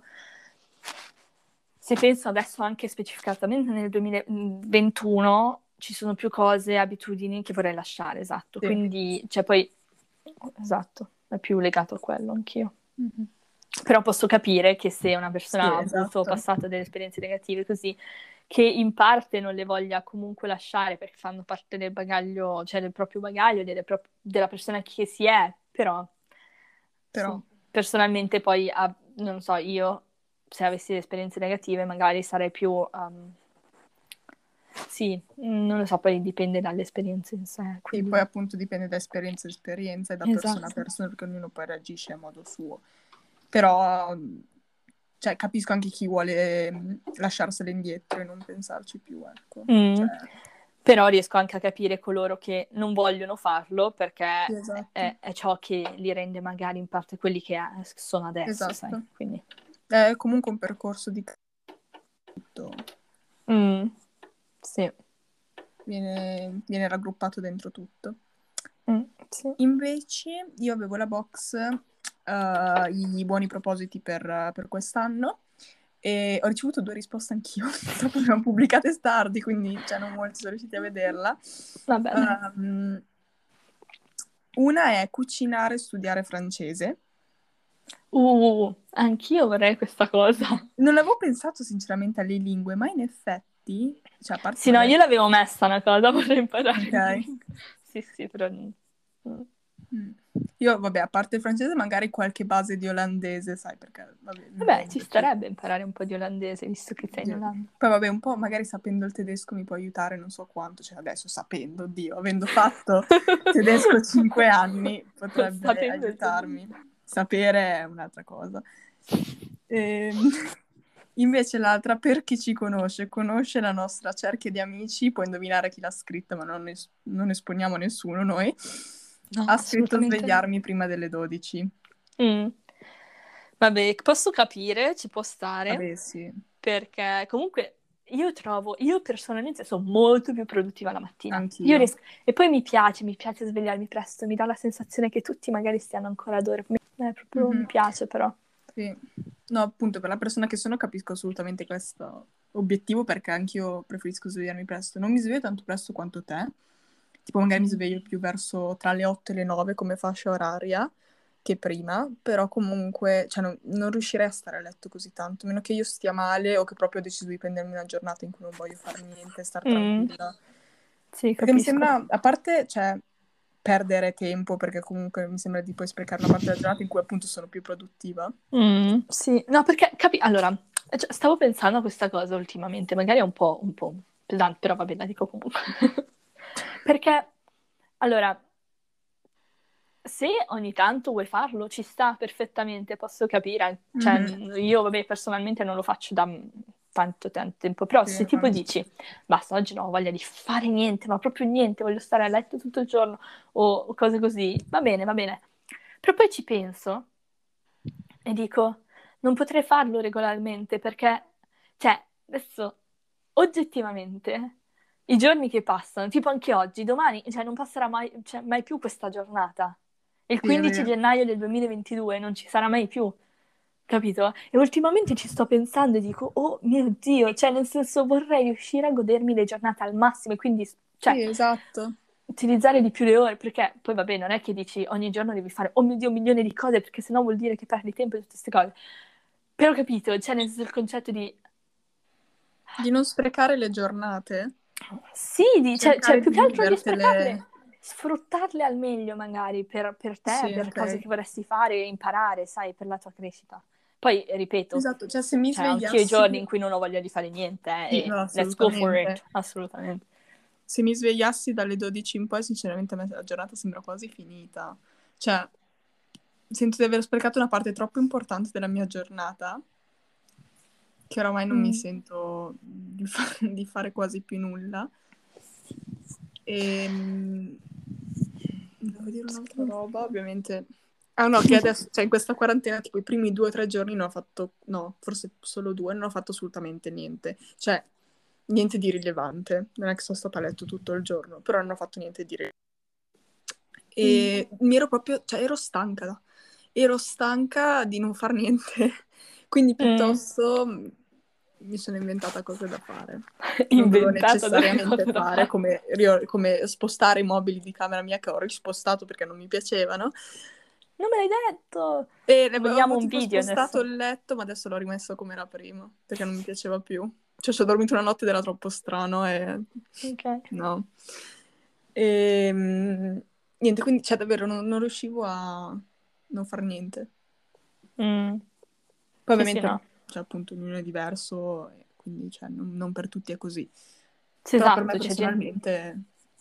se penso adesso anche specificatamente nel duemilaventuno, ci sono più cose, abitudini che vorrei lasciare, esatto. Sì. Quindi, cioè poi, esatto, è più legato a quello anch'io. Mhm. Però posso capire che se una Sì, persona ha avuto o esatto. passato delle esperienze negative così, che in parte non le voglia comunque lasciare perché fanno parte del bagaglio, cioè del proprio bagaglio, delle pro- della persona che si è, però Però, sì, personalmente poi, ah, non so, io se avessi esperienze negative magari sarei più... um, sì, non lo so, poi dipende dalle esperienze in sé, sì, poi quindi... appunto dipende da esperienza a esperienza e da persona a Esatto. persona, perché ognuno poi reagisce a modo suo. Però, cioè, capisco anche chi vuole mh, lasciarsela indietro e non pensarci più, ecco. Mm. Cioè, Però riesco anche a capire coloro che non vogliono farlo perché sì, esatto, è, è ciò che li rende magari in parte quelli che è- sono adesso, sai? esatto. Quindi... È comunque un percorso di tutto, Mm, sì. viene, viene raggruppato dentro tutto. Mm, sì. Invece io avevo la box, eh, i buoni propositi per, per quest'anno e ho ricevuto due risposte anch'io, purtroppo le ho pubblicate tardi, quindi cioè, non molti sono riusciti a vederla. Va bene. Ehm, una è cucinare e studiare francese. Uh, anch'io vorrei questa cosa. Non avevo pensato sinceramente alle lingue, ma in effetti, cioè a parte Sì, no, vabbè, io l'avevo messa una cosa, vorrei imparare ok. una lingua. Sì, sì, però... mm. Mm. Io, vabbè, a parte il francese, magari qualche base di olandese, sai, perché, vabbè, Vabbè, ci vivendoci. starebbe imparare un po' di olandese, visto che sei in Sì. Olanda. Poi, vabbè, un po' magari sapendo il tedesco mi può aiutare, non so quanto, cioè adesso sapendo, Dio, avendo fatto tedesco cinque anni, potrebbe Sapendo il tedesco. aiutarmi. Sapere è un'altra cosa. Ehm, invece l'altra, per chi ci conosce, conosce la nostra cerchia di amici, può indovinare chi l'ha scritta, ma non, es- non esponiamo nessuno noi. No, Ha scritto assolutamente no. svegliarmi prima delle dodici. Mm. Vabbè, posso capire, ci può stare, Vabbè, sì. perché comunque io trovo, io personalmente sono molto più produttiva la mattina. Io Anch'io. riesco, e poi mi piace, mi piace svegliarmi presto, mi dà la sensazione che tutti magari stiano ancora a dormire. Eh, proprio mi Mhm. piace però. Sì. No, appunto, per la persona che sono capisco assolutamente questo obiettivo perché anch'io preferisco svegliarmi presto. Non mi sveglio tanto presto quanto te. Tipo, magari mi sveglio più verso tra le otto e le nove come fascia oraria che prima, però comunque, cioè, non, non riuscirei a stare a letto così tanto, a meno che io stia male o che proprio ho deciso di prendermi una giornata in cui non voglio fare niente, star Mm, tranquilla. sì, Perché mi capisco. sembra, a parte, cioè, perdere tempo, perché comunque mi sembra di poi sprecare una parte della giornata in cui appunto sono più produttiva. Mm, sì, no, perché capi... Allora, eh, cioè, stavo pensando a questa cosa ultimamente, magari è un po', un po' pesante, però vabbè, la dico comunque. Perché, allora, se ogni tanto vuoi farlo, ci sta perfettamente, posso capire. Cioè, Mhm. io, vabbè, personalmente non lo faccio da mm, tanto, tanto tempo, però Sì, se tipo anche- dici, basta, oggi non ho voglia di fare niente, ma proprio niente, voglio stare a letto tutto il giorno o, o cose così, va bene, va bene. Però poi ci penso e dico, non potrei farlo regolarmente perché, cioè, adesso, oggettivamente, i giorni che passano, tipo anche oggi, domani, cioè non passerà mai, cioè, mai più questa giornata. Il Sì, è quindici vero. gennaio del duemilaventidue non ci sarà mai più, capito? E ultimamente ci sto pensando e dico, oh mio Dio, cioè nel senso vorrei riuscire a godermi le giornate al massimo e quindi, cioè, Sì, esatto. utilizzare di più le ore, perché poi vabbè, non è che dici ogni giorno devi fare, oh mio Dio, un milione di cose, perché sennò vuol dire che perdi tempo e tutte queste cose. Però capito, cioè nel senso il concetto di Di non sprecare le giornate, sì, di- cioè, cioè, cercare più di che altro di sprecarle, vivertele. sfruttarle al meglio magari per, per te, Sì, per cose ok. che vorresti fare, imparare, sai, per la tua crescita. Poi, ripeto, Esatto, cioè se mi cioè, anch'io ho i svegliassi, giorni in cui non ho voglia di fare niente, eh, sì, e no, let's go for it, assolutamente. assolutamente. Se mi svegliassi dalle dodici in poi, sinceramente a me la giornata sembra quasi finita. Cioè, sento di aver sprecato una parte troppo importante della mia giornata, che oramai non mi Mm. sento di, fa- di fare quasi più nulla. E devo dire un'altra roba, ovviamente. Ah no, che adesso, cioè in questa quarantena, tipo i primi due o tre giorni non ho fatto, no, forse solo due, non ho fatto assolutamente niente. Cioè, niente di rilevante. Non è che sono stata a letto tutto il giorno, però non ho fatto niente di rilevante. Mm. E mi ero proprio, cioè ero stanca, ero stanca di non far niente, quindi Mm. piuttosto mi sono inventata cose da fare, che non dovevo Inventata delle necessariamente cose da fare, fare. come, rio- come spostare i mobili di camera mia che ho rispostato perché non mi piacevano. Non me l'hai detto! E ne Vogliamo avevo un tipo video spostato adesso. il letto, ma adesso l'ho rimesso come era prima, perché non mi piaceva più. Cioè, ci ho dormito una notte ed era troppo strano e... Ok. No. E... Niente, quindi, cioè, davvero, non, non riuscivo a non far niente. Mm. Poi, Sì, sì, ovviamente, no. cioè, appunto, ognuno è diverso, e quindi, cioè, non, non per tutti è così. Sì, Però per me esatto, c'è gente... personalmente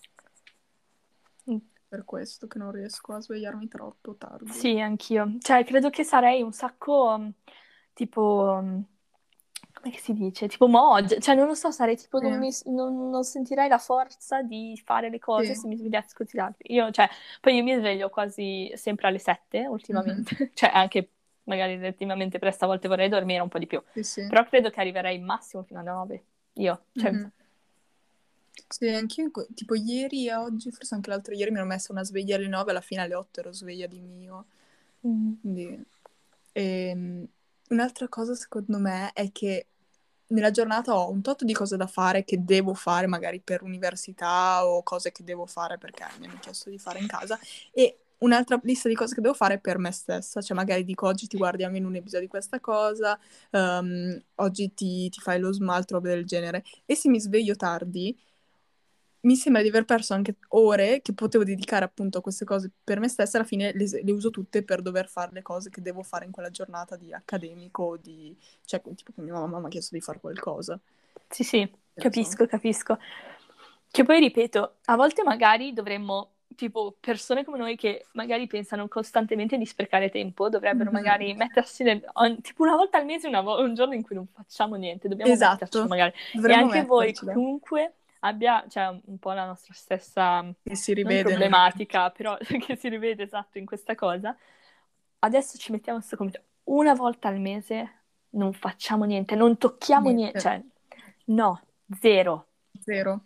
per questo che non riesco a svegliarmi troppo tardi. Sì, anch'io. Cioè, credo che sarei un sacco mm, tipo, mm, come si dice? Tipo Moj, cioè non lo so, sarei tipo, non, Sì, mi, non, non sentirei la forza di fare le cose sì. se mi svegliassi così tardi. Io, cioè, poi io mi sveglio quasi sempre alle sette Mhm. ultimamente, cioè anche magari relativamente presto, a volte vorrei dormire un po' di più, Sì, sì. però credo che arriverei massimo fino alle nove. Io, cioè, Mhm. Sì, anch'io, que- tipo ieri e oggi, forse anche l'altro ieri mi ero messa una sveglia alle nove, alla fine alle otto ero sveglia di mio. mm, Quindi, ehm, un'altra cosa secondo me è che nella giornata ho un tot di cose da fare che devo fare magari per università o cose che devo fare perché mi hanno chiesto di fare in casa e un'altra lista di cose che devo fare per me stessa, cioè magari dico oggi ti guardi almeno un episodio di questa cosa, ehm, oggi ti, ti fai lo smalto, robe del genere. E se mi sveglio tardi mi sembra di aver perso anche ore che potevo dedicare appunto a queste cose per me stessa, alla fine le, le uso tutte per dover fare le cose che devo fare in quella giornata di accademico, di... cioè tipo che mia mamma mi ha chiesto di fare qualcosa. sì, sì, Che ne so. capisco, capisco. Che poi ripeto, a volte magari dovremmo, tipo, persone come noi che magari pensano costantemente di sprecare tempo, dovrebbero Mhm. magari mettersi nel, on- tipo una volta al mese, una vo- un giorno in cui non facciamo niente, dobbiamo mettercelo Esatto, magari. E dovremmo anche voi, mettercela. chiunque abbia, cioè, un po' la nostra stessa, Che si non rivede nel... problematica, però che si rivede esatto in questa cosa, adesso ci mettiamo questo compito. Una volta al mese non facciamo niente, non tocchiamo niente, Niente, cioè, no, zero. zero.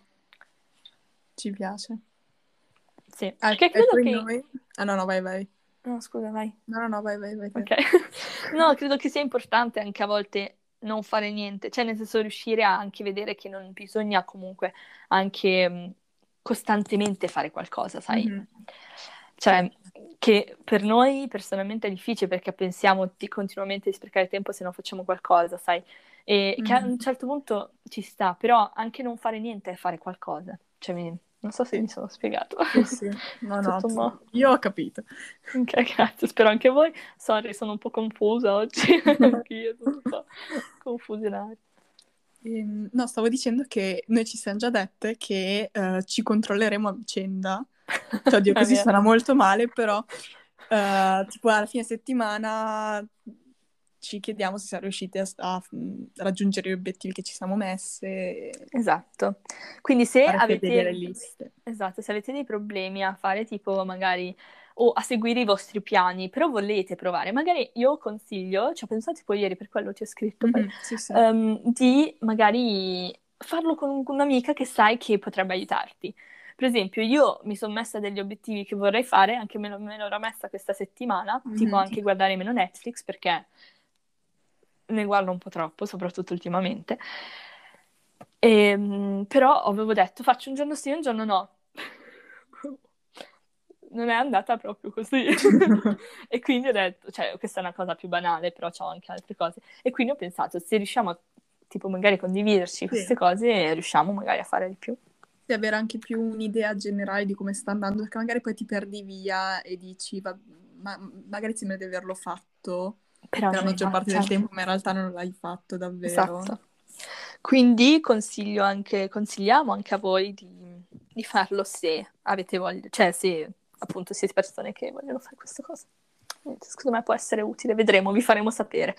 Ci piace. Sì, Ah, perché e credo poi che... noi? Ah no, no, vai, vai. No, scusa, vai. No, no, no, vai, vai, vai te. Ok. No, credo che sia importante anche a volte non fare niente, cioè nel senso riuscire a anche vedere che non bisogna comunque anche mh, costantemente fare qualcosa, sai? Mhm. Sì. Cioè, che per noi personalmente è difficile perché pensiamo di continuamente di sprecare tempo se non facciamo qualcosa, sai? E che a un Mhm. certo punto ci sta, però anche non fare niente è fare qualcosa. Cioè, mi- non so se Sì, mi sono spiegato. sì, sì. No, no, Tutto un t- po'. io ho capito. Ok, grazie, spero anche voi. Sorry, sono un po' confusa oggi, anch'io, sono un po' confusionaria. Ehm, no, stavo dicendo che noi ci siamo già dette che eh, ci controlleremo a vicenda. Cioè, oddio, È così vero. suona molto male, però eh, tipo alla fine settimana ci chiediamo se siamo riusciti a, a, mm, raggiungere gli obiettivi che ci siamo messe e Esatto. Quindi se fare fedeli alle avete, liste. esatto, se avete dei problemi a fare tipo magari o a seguire i vostri piani, però volete provare, magari io consiglio, ci ho pensato tipo ieri, per quello ti ho scritto poi, Mhm, sì, sì. ehm, di magari farlo con un'amica che sai che potrebbe aiutarti. Per esempio, io mi sono messa degli obiettivi che vorrei fare, anche me, lo, me l'ho messa questa settimana, Mhm. tipo anche guardare meno Netflix, perché ne guardo un po' troppo, soprattutto ultimamente. E, però avevo detto, faccio un giorno sì, un giorno no. Non è andata proprio così. E quindi ho detto, cioè, questa è una cosa più banale, però ho anche altre cose. E quindi ho pensato, se riusciamo a, tipo, magari condividerci queste Sì. cose, riusciamo magari a fare di più. Di avere anche più un'idea generale di come sta andando, perché magari poi ti perdi via e dici, va- ma- magari sembra di averlo fatto Però per la non maggior è parte del fatta. tempo, ma in realtà non l'hai fatto davvero. Esatto. Quindi consiglio anche, consigliamo anche a voi di, di farlo se avete voglia, cioè se appunto siete persone che vogliono fare questa cosa. Niente, secondo me può essere utile, vedremo, vi faremo sapere.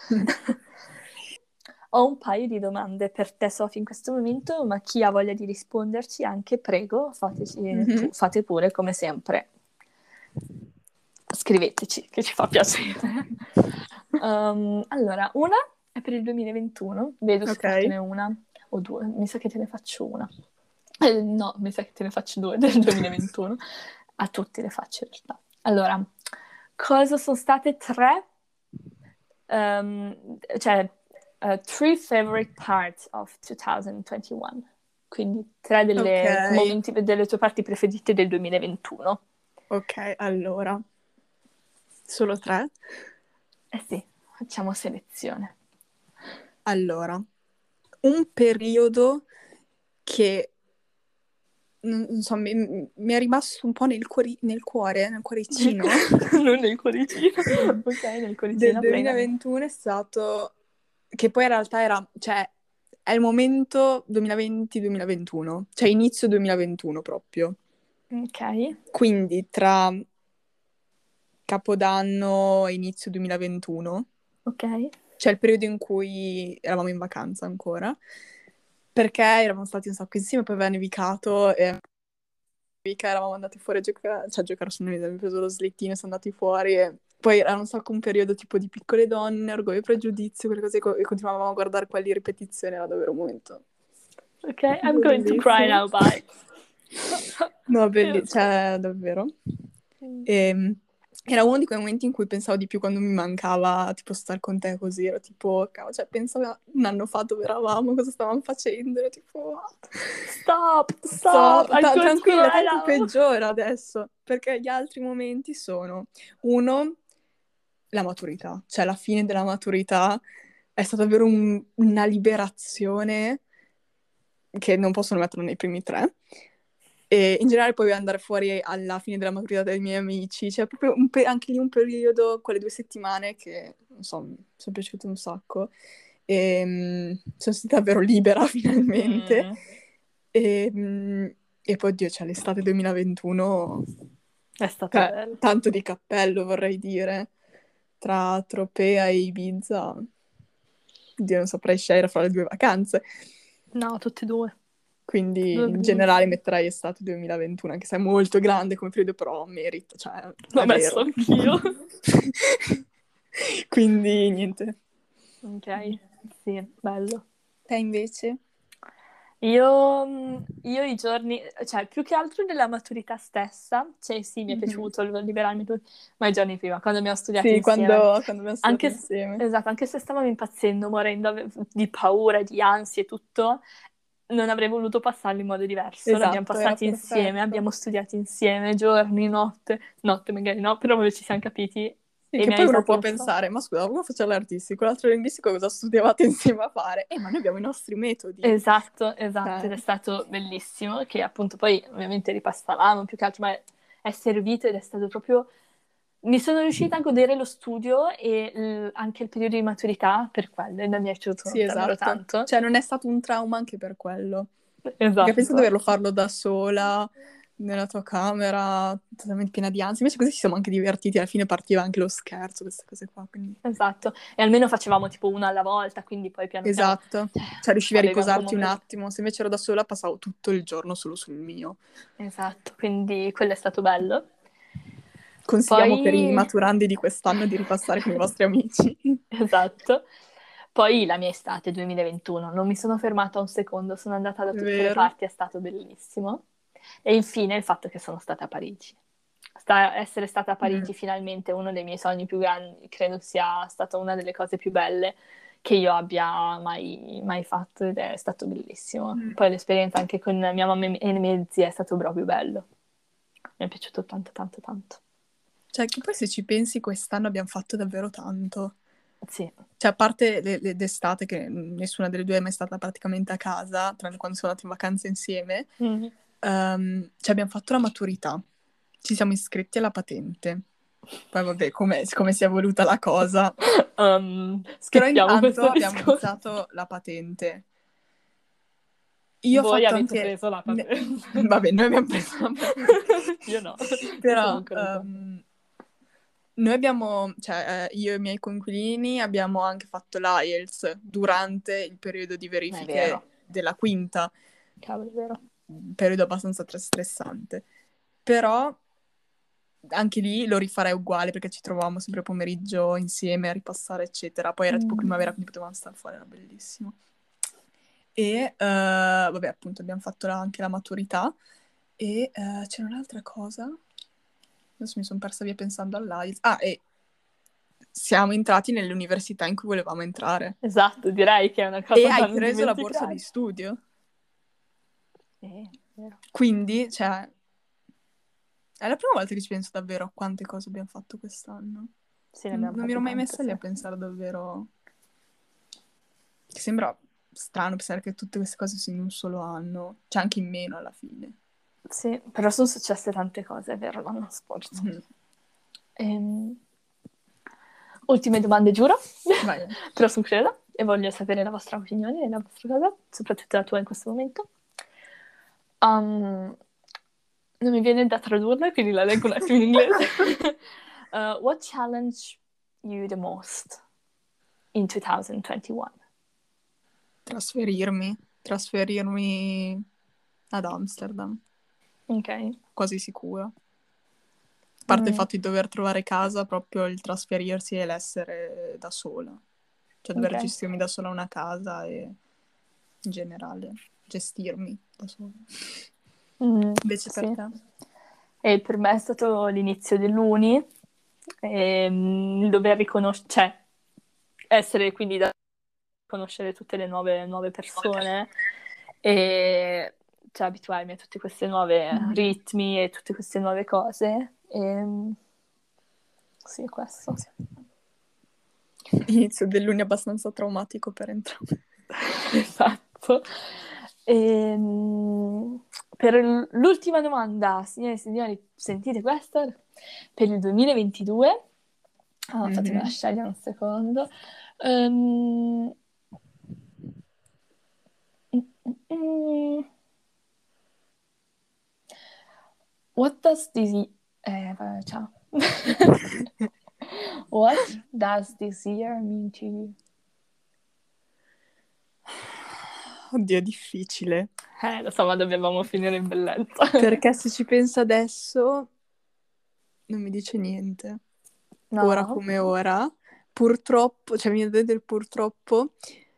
Ho un paio di domande per te, Sofì, in questo momento, ma chi ha voglia di risponderci, anche prego, fateci, Mhm. pu- fate pure come sempre. Scriveteci, che ci fa piacere. Um, allora, una è per il duemilaventuno, vedo se Ok. fartene una o due, mi sa che te ne faccio una. Eh, no, mi sa che te ne faccio due del duemilaventuno. A tutti le faccio in realtà. Allora, cosa sono state tre, um, cioè, uh, three favorite parts of twenty twenty-one? Quindi tre delle, Ok, momenti, delle tue parti preferite del duemilaventuno. ok, allora, solo tre? Eh sì, facciamo selezione. Allora, un periodo che, non non so, mi, mi è rimasto un po' nel, cuori- nel cuore, nel cuoricino, Non nel cuoricino. Ok, nel del cuoricino, prego. duemilaventuno è stato, che poi in realtà era, cioè, è il momento duemilaventi-duemilaventuno, cioè inizio duemilaventuno proprio. Ok, Quindi tra Capodanno e inizio duemilaventuno, ok. cioè il periodo in cui eravamo in vacanza ancora, perché eravamo stati un sacco insieme, poi aveva nevicato e eravamo andati fuori a giocare, cioè a giocare su neve, abbiamo preso lo slittino e siamo andati fuori e poi era un sacco un periodo tipo di piccole donne, orgoglio e pregiudizio, quelle cose co- e continuavamo a guardare quelli in ripetizione, era davvero un momento Ok, I'm going to cry bellissimo. now, bye. No, Io bellissimo, so. cioè davvero. Mm. E, era uno di quei momenti in cui pensavo di più quando mi mancava tipo star con te così, ero tipo, cavolo, cioè pensavo a un anno fa dove eravamo, cosa stavamo facendo, ero tipo... Stop, So, stop, I'm ta- going to tranquilla, cry tanto now. peggiora adesso, perché gli altri momenti sono, uno, la maturità, cioè la fine della maturità è stata davvero un- una liberazione che non possono metterlo nei primi tre. E in generale poi andare fuori alla fine della maturità dei miei amici, cioè proprio un pe- anche lì un periodo, quelle due settimane che, non so, mi sono piaciute un sacco. E, mm, sono stata davvero libera finalmente. Mm. E, mm, e poi, Dio, cioè l'estate duemilaventuno, È stato cioè, bello. tanto di cappello vorrei dire, tra Tropea e Ibiza. Dio, non saprei scegliere fra le due vacanze. No, tutte e due. Quindi Due in generale bellissime. metterei estate duemilaventuno, anche se è molto grande come periodo, però merita, cioè L'ho è messo vero. anch'io. Quindi niente. Ok, sì, bello. Te invece? Io, mm, io i giorni, cioè più che altro della maturità stessa, cioè sì, mi è Mhm. piaciuto il liberarmi, tu- ma i giorni prima, quando abbiamo studiato Sì, insieme, quando, quando abbiamo studiato anche, s- insieme. esatto, anche se stavamo impazzendo, morendo ave- di paura, di ansie e tutto, non avrei voluto passarlo in modo diverso, l'abbiamo Esatto, era passati insieme, perfetto. abbiamo studiato insieme, giorni, notte, notte magari no, però ci siamo capiti Sì, e che mi ha poi uno aiutato può un sacco. pensare, ma scusa, uno faceva l'artistico, l'altro linguistico, cosa studiavate insieme a fare? Eh, ma noi abbiamo i nostri metodi. Esatto, esatto, ed Cioè, è stato bellissimo, che appunto poi ovviamente ripassavamo più che altro, ma è servito ed è stato proprio... Mi sono riuscita a godere lo studio e l- anche il periodo di maturità per quello, e mi è piaciuto sì, davvero esatto. tanto. Cioè, non è stato un trauma anche per quello. Perché penso di Esatto, doverlo farlo da sola, nella tua camera, totalmente piena di ansia. Invece così ci siamo anche divertiti, alla fine partiva anche lo scherzo, queste cose qua, quindi... esatto. E almeno facevamo tipo una alla volta, quindi poi piano piano Esatto. eh, Cioè, riuscivi a avevi anche un riposarti un momento. attimo. Se invece ero da sola, passavo tutto il giorno solo sul mio. Esatto, quindi quello è stato bello. Consigliamo per i Poi maturandi di quest'anno di ripassare con i vostri amici. esatto. Poi la mia estate duemilaventuno, non mi sono fermata un secondo, sono andata da tutte le Vero. parti, è stato bellissimo. E infine il fatto che sono stata a Parigi. Sta- essere stata a Parigi Mm. finalmente è uno dei miei sogni più grandi, credo sia stata una delle cose più belle che io abbia mai, mai fatto ed è stato bellissimo. Mm. Poi l'esperienza anche con mia mamma e le mie zie è stato proprio bello. Mi è piaciuto tanto, tanto, tanto. Cioè, che poi se ci pensi, quest'anno abbiamo fatto davvero tanto. Sì. Cioè, a parte le, le- d'estate, che nessuna delle due è mai stata praticamente a casa, tranne quando sono andate in vacanza insieme, Mm. ehm, cioè abbiamo fatto la maturità, ci siamo iscritti alla patente. Poi vabbè, come, come si è evoluta la cosa. Um, Però skippiamo intanto questo abbiamo discorso. iniziato la patente. Io ho Voi fatto avete anche... preso la ne- patente. Vabbè, noi abbiamo preso la patente. Io no, io sono Però ancora qua. ehm, noi abbiamo, cioè eh, io e i miei coinquilini abbiamo anche fatto l'I E L T S durante il periodo di È verifiche vero, della quinta, cavolo, è vero. un periodo abbastanza tre- stressante. Però anche lì lo rifarei uguale perché ci trovavamo sempre pomeriggio insieme a ripassare, eccetera. Poi era tipo Mm. primavera, quindi potevamo stare fuori, era bellissimo. E eh, vabbè, appunto, abbiamo fatto la- anche la maturità. E eh, c'era un'altra cosa. Adesso mi sono persa via pensando all'I E L T S. Ah, e siamo entrati nelle università in cui volevamo entrare. Esatto, direi che è una E cosa da hai non preso la borsa di dimenticare. studio. Eh, vero. Quindi, cioè, è la prima volta che ci penso davvero a quante cose abbiamo fatto quest'anno. Sì, ne Non, abbiamo non mi ero fatte mai tante, messa lì sì. a pensare davvero. Sembra strano pensare che tutte queste cose siano in un solo anno, cioè anche in meno alla fine. Sì, però sono successe tante cose, è vero, l'anno scorso. Mhm. Ehm, Ultime domande, giuro, Vai. però sono curiosa e voglio sapere la vostra opinione e la vostra cosa, soprattutto la tua in questo momento. Um, non mi viene da tradurla, quindi la leggo un attimo in inglese. Uh, what challenged you the most in twenty twenty-one? Trasferirmi, trasferirmi ad Amsterdam, Ok. quasi sicura. A parte il Mm, fatto di dover trovare casa, proprio il trasferirsi e l'essere da sola. Cioè dover ok. gestirmi da sola una casa e in generale gestirmi da sola. Mm, Invece per sì. te? E per me è stato l'inizio dell'uni, ehm, il dover riconoscere, cioè essere quindi da conoscere tutte le nuove, nuove persone e cioè, abituarmi a tutte queste nuove Mhm. ritmi e tutte queste nuove cose. E, sì, questo. Inizio dell'uni abbastanza traumatico per entrambi. Esatto. Ehm, per l- l'ultima domanda, signore e signori, sentite questa? Per il duemilaventidue, ah, fatemela Mhm. scegliere un secondo. Ehm, mm, mm, mm. What does this... Eh, vabbè, ciao. What does this year mean to you? Oddio, è difficile. Eh, lo so, ma dobbiamo finire in bellezza. Perché se ci penso adesso non mi dice niente. Ora No? come ora. Purtroppo, cioè mi viene da dire purtroppo,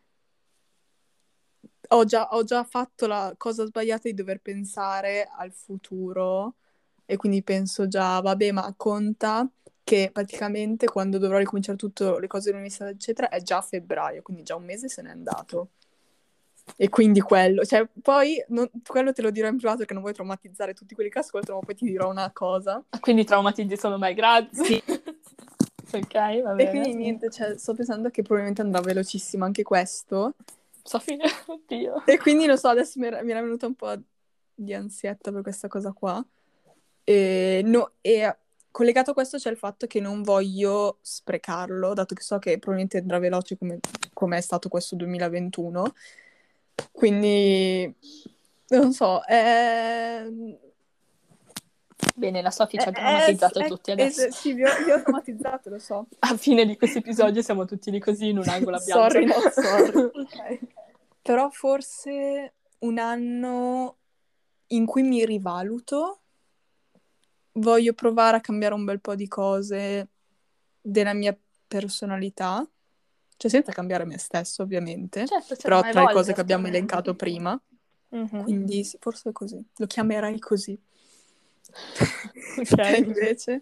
ho già, ho già fatto la cosa sbagliata di dover pensare al futuro e quindi penso già, vabbè, ma conta che praticamente quando dovrò ricominciare tutte le cose dell'università, eccetera, è già febbraio, quindi già un mese se n'è andato. E quindi quello, cioè poi non- quello te lo dirò in privato perché non vuoi traumatizzare tutti quelli che ascoltano, ma poi ti dirò una cosa. Ah, quindi traumatizzi solo me, grazie. Ok, va E bene. quindi niente, cioè, sto pensando che probabilmente andrà velocissimo anche questo. Sofia, oddio. E quindi non so, adesso mi era, mi era venuta un po' di ansietta per questa cosa qua. E, no, e collegato a questo c'è il fatto che non voglio sprecarlo, dato che so che probabilmente andrà veloce come, come è stato questo duemilaventuno. Quindi, non so, è... Bene, la Sofia ci ha è, drammatizzato è- tutti è- adesso. sì, vi ho, vi ho traumatizzato, lo so. A fine di questo episodio siamo tutti lì così in un angolo a Sorry, piangere. not sorry. Ok. Però forse un anno in cui mi rivaluto, voglio provare a cambiare un bel po' di cose della mia personalità cioè senza cambiare me stesso ovviamente, Certo, certo, però ma tra le cose evolve. che abbiamo elencato prima, Mhm. quindi sì, forse è così, lo chiamerai così. Ok. Te invece?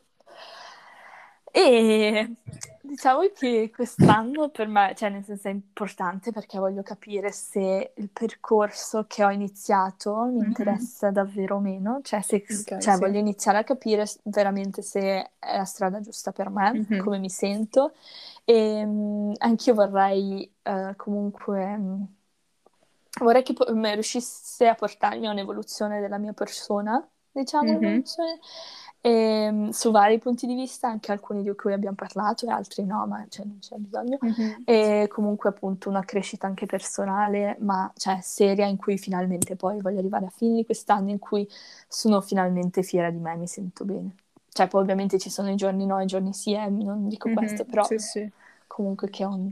E diciamo che quest'anno per me, cioè nel senso è importante perché voglio capire se il percorso che ho iniziato mi Mhm. interessa davvero o meno, cioè, se, Ok, cioè sì. voglio iniziare a capire s- veramente se è la strada giusta per me, Mhm. come mi sento e mh, anch'io vorrei eh, comunque, mh, vorrei che po- m- riuscisse a portarmi a un'evoluzione della mia persona, diciamo, Mhm. evoluzione, ehm, su vari punti di vista, anche alcuni di cui abbiamo parlato e altri no, ma cioè, non c'è bisogno. Mhm. E comunque appunto una crescita anche personale, ma cioè seria, in cui finalmente poi voglio arrivare a fine di quest'anno in cui sono finalmente fiera di me e mi sento bene. Cioè poi ovviamente ci sono i giorni no e i giorni sì, eh, non dico Mhm. questo, però Sì, sì. comunque che ho un...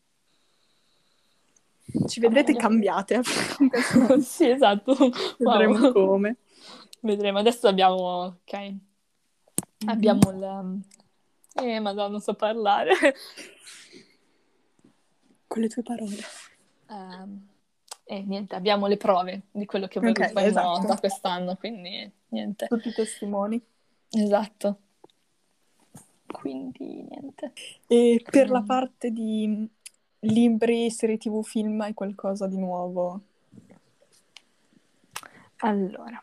Ci sto vedrete meglio. cambiate con questo. Sì, esatto. Vedremo Wow. come. Vedremo. Adesso abbiamo, ok, Mhm. abbiamo il... Eh, madonna, non so parlare. Con le tue parole. Ehm, E niente, abbiamo le prove di quello che Ok, vorremmo esatto. da quest'anno, quindi niente. Tutti i testimoni. Esatto. Quindi niente. E per la Mm. parte di libri, serie tivù, film, hai qualcosa di nuovo? Allora,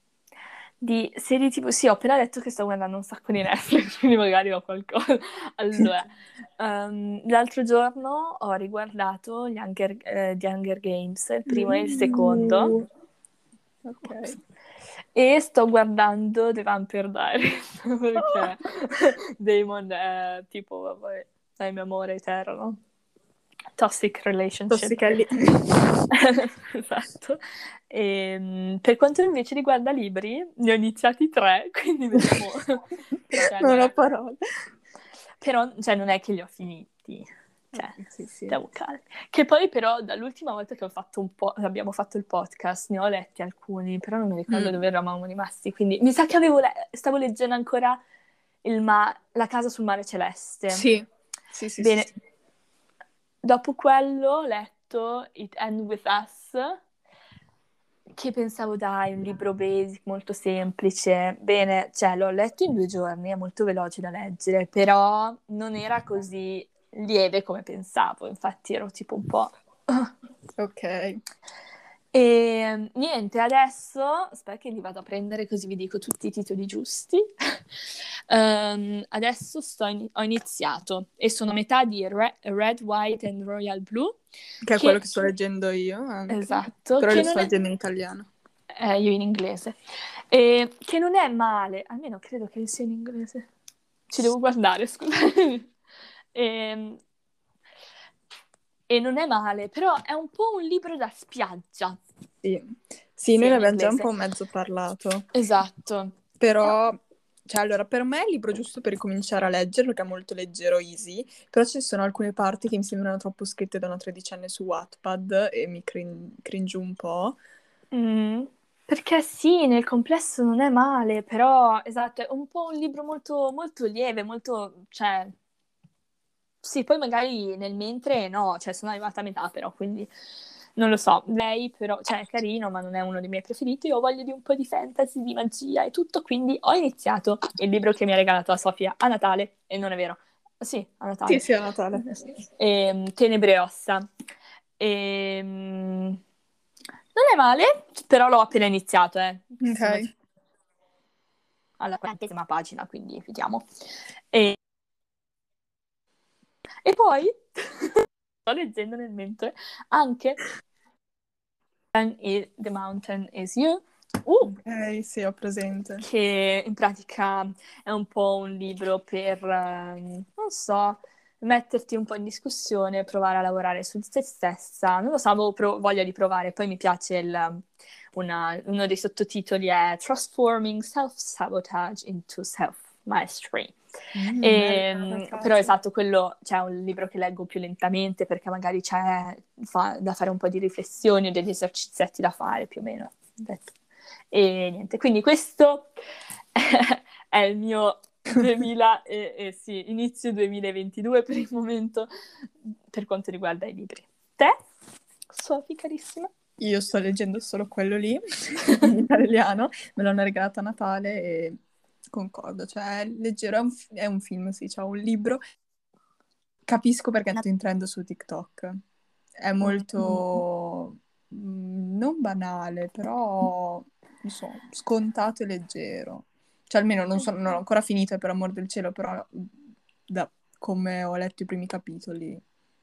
di serie tivù, sì, ho appena detto che sto guardando un sacco di Netflix, quindi magari ho qualcosa. Allora, ehm, l'altro giorno ho riguardato gli Hunger, eh, The Hunger Games, il primo e il secondo. Uh, ok. Ops. E sto guardando The Vampire Diaries perché Damon è tipo, vabbè, è il mio amore eterno. Toxic relationship. Tossichelli. Esatto. E, per quanto invece riguarda libri, ne ho iniziati tre, quindi vediamo. Perché Non non ho è... parole. Però, cioè, non è che li ho finiti. Cioè, Ok, sì, sì. stavo calmi. Che poi però dall'ultima volta che ho fatto un po', abbiamo fatto il podcast, ne ho letti alcuni, però non mi ricordo Mm. dove eravamo rimasti, quindi mi sa che avevo le- stavo leggendo ancora il ma- La casa sul mare celeste. Sì, sì, sì, Bene, sì, sì. dopo quello ho letto It End With Us, che pensavo, dai, un libro basic, molto semplice. Bene, cioè l'ho letto in due giorni, è molto veloce da leggere, però non era così lieve come pensavo, infatti ero tipo un po'... Ok. E niente, adesso aspetta che li vado a prendere così vi dico tutti i titoli giusti. Ehm, adesso sto in- ho iniziato e sono a metà di Re- Red, White and Royal Blue, Che è quello che che sto leggendo io anche. esatto, Però che lo non sto è leggendo in italiano. eh, io in inglese, e che non è male, almeno credo che sia in inglese. Ci devo guardare, scusa. E, e non è male, però è un po' un libro da spiaggia. Sì, sì, Sì, noi è ne in abbiamo già un inglese. po' mezzo parlato. Esatto. Però, cioè, allora, per me è il libro giusto per ricominciare a leggere, perché è molto leggero, easy, però ci sono alcune parti che mi sembrano troppo scritte da una tredicenne su Wattpad e mi crin- cringe un po'. Mm, perché sì, nel complesso non è male, però esatto, è un po' un libro molto, molto lieve, molto, cioè, sì, poi magari nel mentre no, cioè sono arrivata a metà però, quindi non lo so. Lei però, cioè è carino, ma non è uno dei miei preferiti. Io ho voglia di un po' di fantasy, di magia e tutto, quindi ho iniziato il libro che mi ha regalato la Sofia a Natale, e non è vero. Sì, a Sì, Natale. sì, a Natale. Ehm, Tenebre e ossa. Ehm, Non è male, però l'ho appena iniziato, eh. Sono Ok. alla quarantesima pagina, quindi vediamo. E, e poi sto leggendo nel mentre anche The Mountain Is You, uh, Ok, sì, ho presente. che in pratica è un po' un libro per, ehm, non so, metterti un po' in discussione, provare a lavorare su te stessa. Non lo so, avevo pro- voglia di provare. Poi mi piace il, una- uno dei sottotitoli è Transforming Self-Sabotage into Self-Mastery. Mm, E, bello, mi però piace. esatto, quello c'è un libro che leggo più lentamente perché magari c'è fa- da fare un po' di riflessioni o degli esercizietti da fare più o meno. Detto. E niente, quindi questo è il mio duemila, e, e sì, inizio duemilaventidue per il momento. per quanto riguarda i libri. Te, Sofì, carissima? Io sto leggendo solo quello lì, in italiano, me l'hanno regalato a Natale e concordo, cioè è leggero, è un, fi- è un film, sì, c'è un libro. Capisco perché è andato in trend su TikTok. È molto mm, non banale, però non so, scontato e leggero. Cioè, almeno non so, non ho ancora finito, per amor del cielo, però da come ho letto i primi capitoli,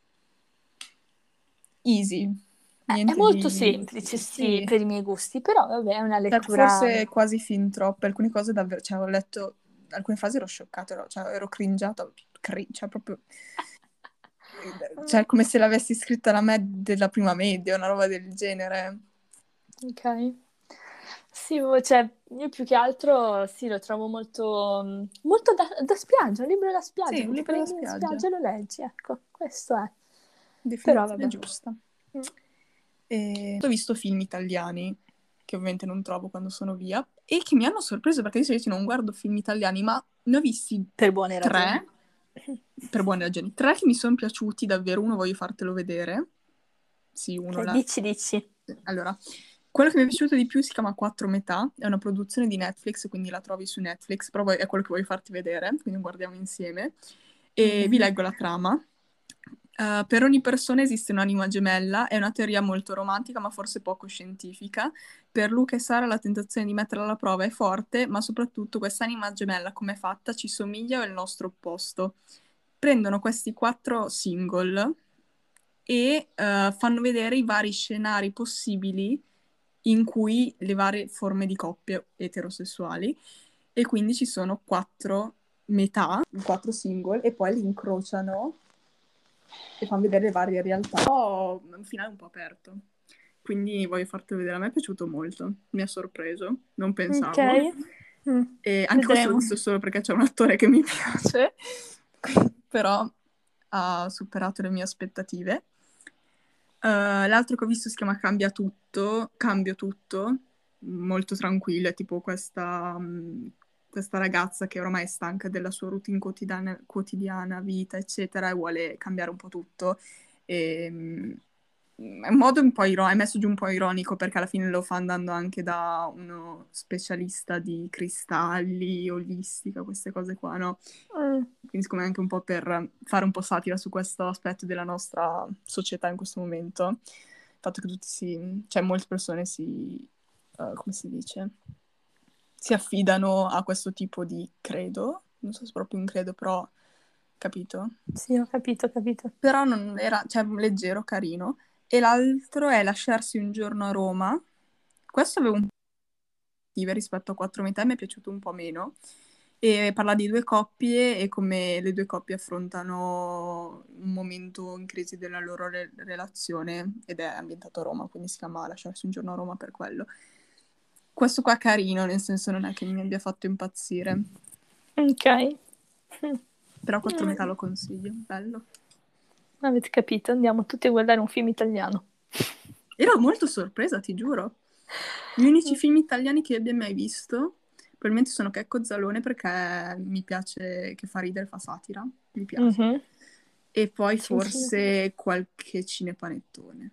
easy. È, è Niente molto di... semplice, sì, Sì. per i miei gusti, però vabbè, è una Cioè, lettura... forse quasi fin troppo, alcune cose davvero, cioè ho letto, alcune frasi ero scioccata, ero, cioè ero cringiata, cri- cioè proprio, cioè come se l'avessi scritta la me della prima media, una roba del genere. Ok. Sì, boh, cioè, io più che altro, sì, lo trovo molto, mm, molto da, da spiaggia, un libro da spiaggia, Sì, che un ti libro da prendi in spiaggia, spiaggia e lo leggi, ecco, questo è. Però definizione vabbè. giusta. Mm. E ho visto film italiani, che ovviamente non trovo quando sono via, e che mi hanno sorpreso perché di solito non guardo film italiani, ma ne ho visti Per buone ragioni. tre, per buone ragioni, tre che mi sono piaciuti davvero, uno voglio fartelo vedere. Sì, uno Ok, là. dici, dici. Allora, quello che mi è piaciuto di più si chiama Quattro Metà, è una produzione di Netflix, quindi la trovi su Netflix, però poi è quello che voglio farti vedere, quindi guardiamo insieme. E vi leggo la trama. Eh, per ogni persona esiste un'anima gemella, è una teoria molto romantica, ma forse poco scientifica. Per Luca e Sara la tentazione di metterla alla prova è forte, ma soprattutto questa anima gemella, come è fatta, ci somiglia o è il nostro opposto. Prendono questi quattro single e eh, fanno vedere i vari scenari possibili in cui le varie forme di coppie eterosessuali e quindi ci sono quattro metà, quattro single e poi li incrociano e fanno vedere le varie realtà. Però è un finale un po' aperto. Quindi voglio fartelo vedere, a me è piaciuto molto, mi ha sorpreso, non Ok. pensavo. Mm, E anche questo l'ho vedremo. visto solo perché c'è un attore che mi piace, però ha superato le mie aspettative. Uh, l'altro che ho visto si chiama Cambia Tutto, Cambio Tutto, molto tranquillo, è tipo questa, mh, questa ragazza che ormai è stanca della sua routine quotidiana, quotidiana vita, eccetera, e vuole cambiare un po' tutto. E, mh, è un modo un po' ironico, è messo giù un po' ironico perché alla fine lo fa andando anche da uno specialista di cristalli, olistica, queste cose qua, no? Mm, Quindi siccome anche un po' per fare un po' satira su questo aspetto della nostra società in questo momento, il fatto che tutti si, cioè molte persone si, eh, come si dice, si affidano a questo tipo di credo, non so se è proprio un credo, però capito? sì, ho capito, ho capito. Però non era, cioè, leggero, carino. E l'altro è Lasciarsi un giorno a Roma. Questo avevo un po' di aspettative rispetto a Quattro metà, mi è piaciuto un po' meno. E parla di due coppie e come le due coppie affrontano un momento in crisi della loro re- relazione ed è ambientato a Roma, quindi si chiama Lasciarsi un giorno a Roma per quello. Questo qua è carino, nel senso non è che mi abbia fatto impazzire, Ok. Mm. però Quattro metà Mm, lo consiglio, bello. avete capito? Andiamo tutti a guardare un film italiano. Ero molto sorpresa, ti giuro. Gli unici film italiani che abbia mai visto probabilmente sono Checco Zalone perché mi piace che fa ridere, fa satira, mi piace. Mhm. E poi Sì, sì. forse qualche cinepanettone.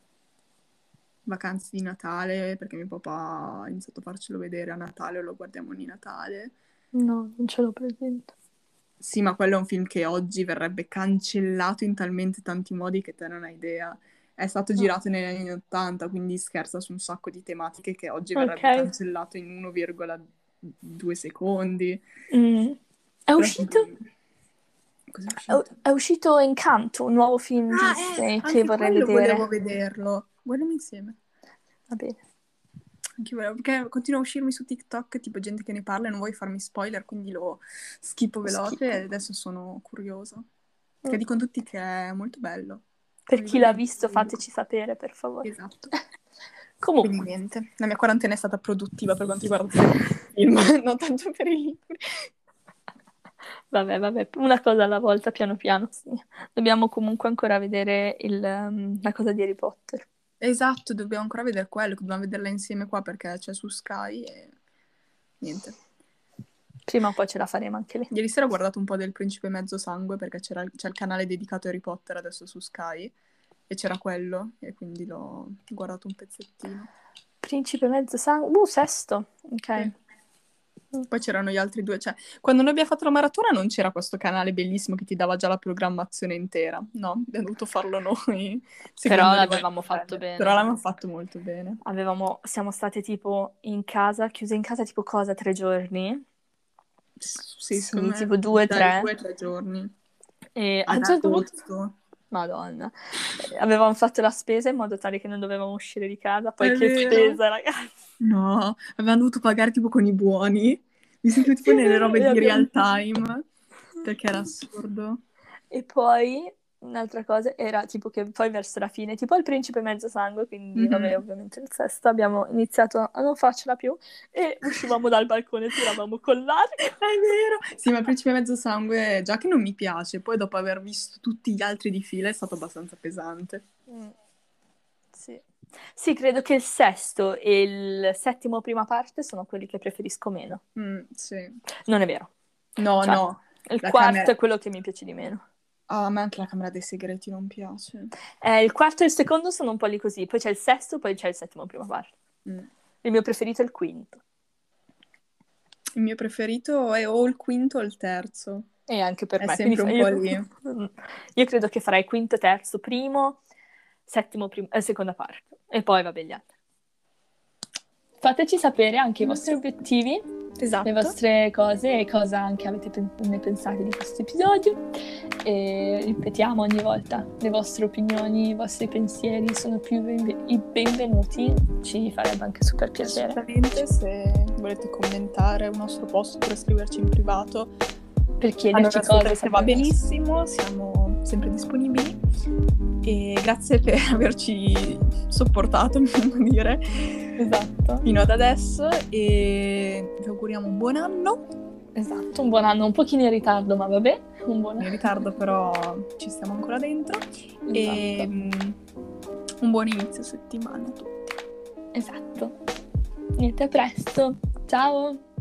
Vacanze di Natale, perché mio papà ha iniziato a farcelo vedere a Natale, o lo guardiamo ogni Natale. No, non ce l'ho presente. Sì, ma quello è un film che oggi verrebbe cancellato in talmente tanti modi che te non hai idea. È stato No. girato negli anni ottanta, quindi scherza su un sacco di tematiche che oggi verrebbe Ok. cancellato in uno virgola due secondi. Mm. È Però uscito? sì. Cos'è È, uscito? è uscito Encanto, un nuovo film Ah, eh, Disney che anche vorrei quello volevo vedere. vederlo. Guardiamo insieme. Va bene. Anche io volevo, perché continua a uscirmi su TikTok, tipo gente che ne parla e non vuoi farmi spoiler, quindi lo schippo Lo veloce e schippo. adesso sono curiosa. Perché Mm. dicono tutti che è molto bello. A Per chi livello l'ha di visto, pubblico. fateci sapere, per favore. Esatto. Quindi Comunque, niente, la mia quarantena è stata produttiva per quanto riguarda il film, non tanto per i libri. vabbè, vabbè, una cosa alla volta, piano piano. Sì. Dobbiamo comunque ancora vedere il, um, la cosa di Harry Potter. Esatto, dobbiamo ancora vedere quello, dobbiamo vederla insieme qua perché c'è su Sky e niente. Prima o poi ce la faremo anche lì. Ieri sera ho guardato un po' del Principe Mezzo Sangue perché c'era, c'è il canale dedicato a Harry Potter adesso su Sky e c'era quello e quindi l'ho guardato un pezzettino. Principe Mezzo Sangue, uh, sesto, ok. Sì. Poi c'erano gli altri due, cioè quando noi abbiamo fatto la maratona non c'era questo canale bellissimo che ti dava già la programmazione intera, no, abbiamo dovuto farlo noi. Però l'avevamo fatto bene. Però l'avevamo fatto molto bene. Avevamo, siamo state tipo in casa, chiuse in casa tipo cosa, tre giorni? Sì, sì tipo due, tre. Due, tre giorni. E a un certo punto... Madonna. Avevamo fatto la spesa in modo tale che non dovevamo uscire di casa, poi È che vero. spesa, ragazzi. No, avevamo dovuto pagare tipo con i buoni. Mi sentivo tipo nelle robe di real time, perché era assurdo. E poi un'altra cosa era tipo che poi verso la fine, tipo il Principe Mezzo Sangue, quindi mm-hmm. vabbè, ovviamente il sesto, abbiamo iniziato a non farcela più e uscivamo dal balcone, tiravamo con l'arco. È vero! Sì, ma il Principe Mezzo Sangue, già che non mi piace, poi dopo aver visto tutti gli altri di fila è stato abbastanza pesante. Mm. Sì. Sì, credo che il sesto e il settimo prima parte sono quelli che preferisco meno. Mm, sì. Non è vero. No, cioè, no. Il la quarto camera... è quello che mi piace di meno. Ah, a me anche la Camera dei Segreti non piace. Eh, il quarto e il secondo sono un po' lì così, poi c'è il sesto, poi c'è il settimo prima parte. Mm. Il mio preferito è il quinto. Il mio preferito è o il quinto o il terzo. E anche per è me. È sempre un io, po' lì. Io credo che farei quinto, terzo, primo, settimo, prim- eh, seconda parte. E poi vabbè gli altri. Fateci sapere anche i vostri obiettivi, esatto. le vostre cose e cosa anche avete pen- ne pensate di questo episodio. E ripetiamo ogni volta, le vostre opinioni, i vostri pensieri sono più ben- i benvenuti, ci farebbe anche super piacere. Assolutamente, se volete commentare il nostro post oppure scriverci in privato per chiederci allora, cose, va benissimo, siamo sempre disponibili e grazie per averci sopportato, mi devo dire, esatto, fino ad adesso e vi auguriamo un buon anno. Esatto, un buon anno, un pochino in ritardo, ma vabbè, un buon anno. In ritardo però ci stiamo ancora dentro. Esatto. E um, un buon inizio settimana a tutti. Esatto. Niente, a presto. Ciao!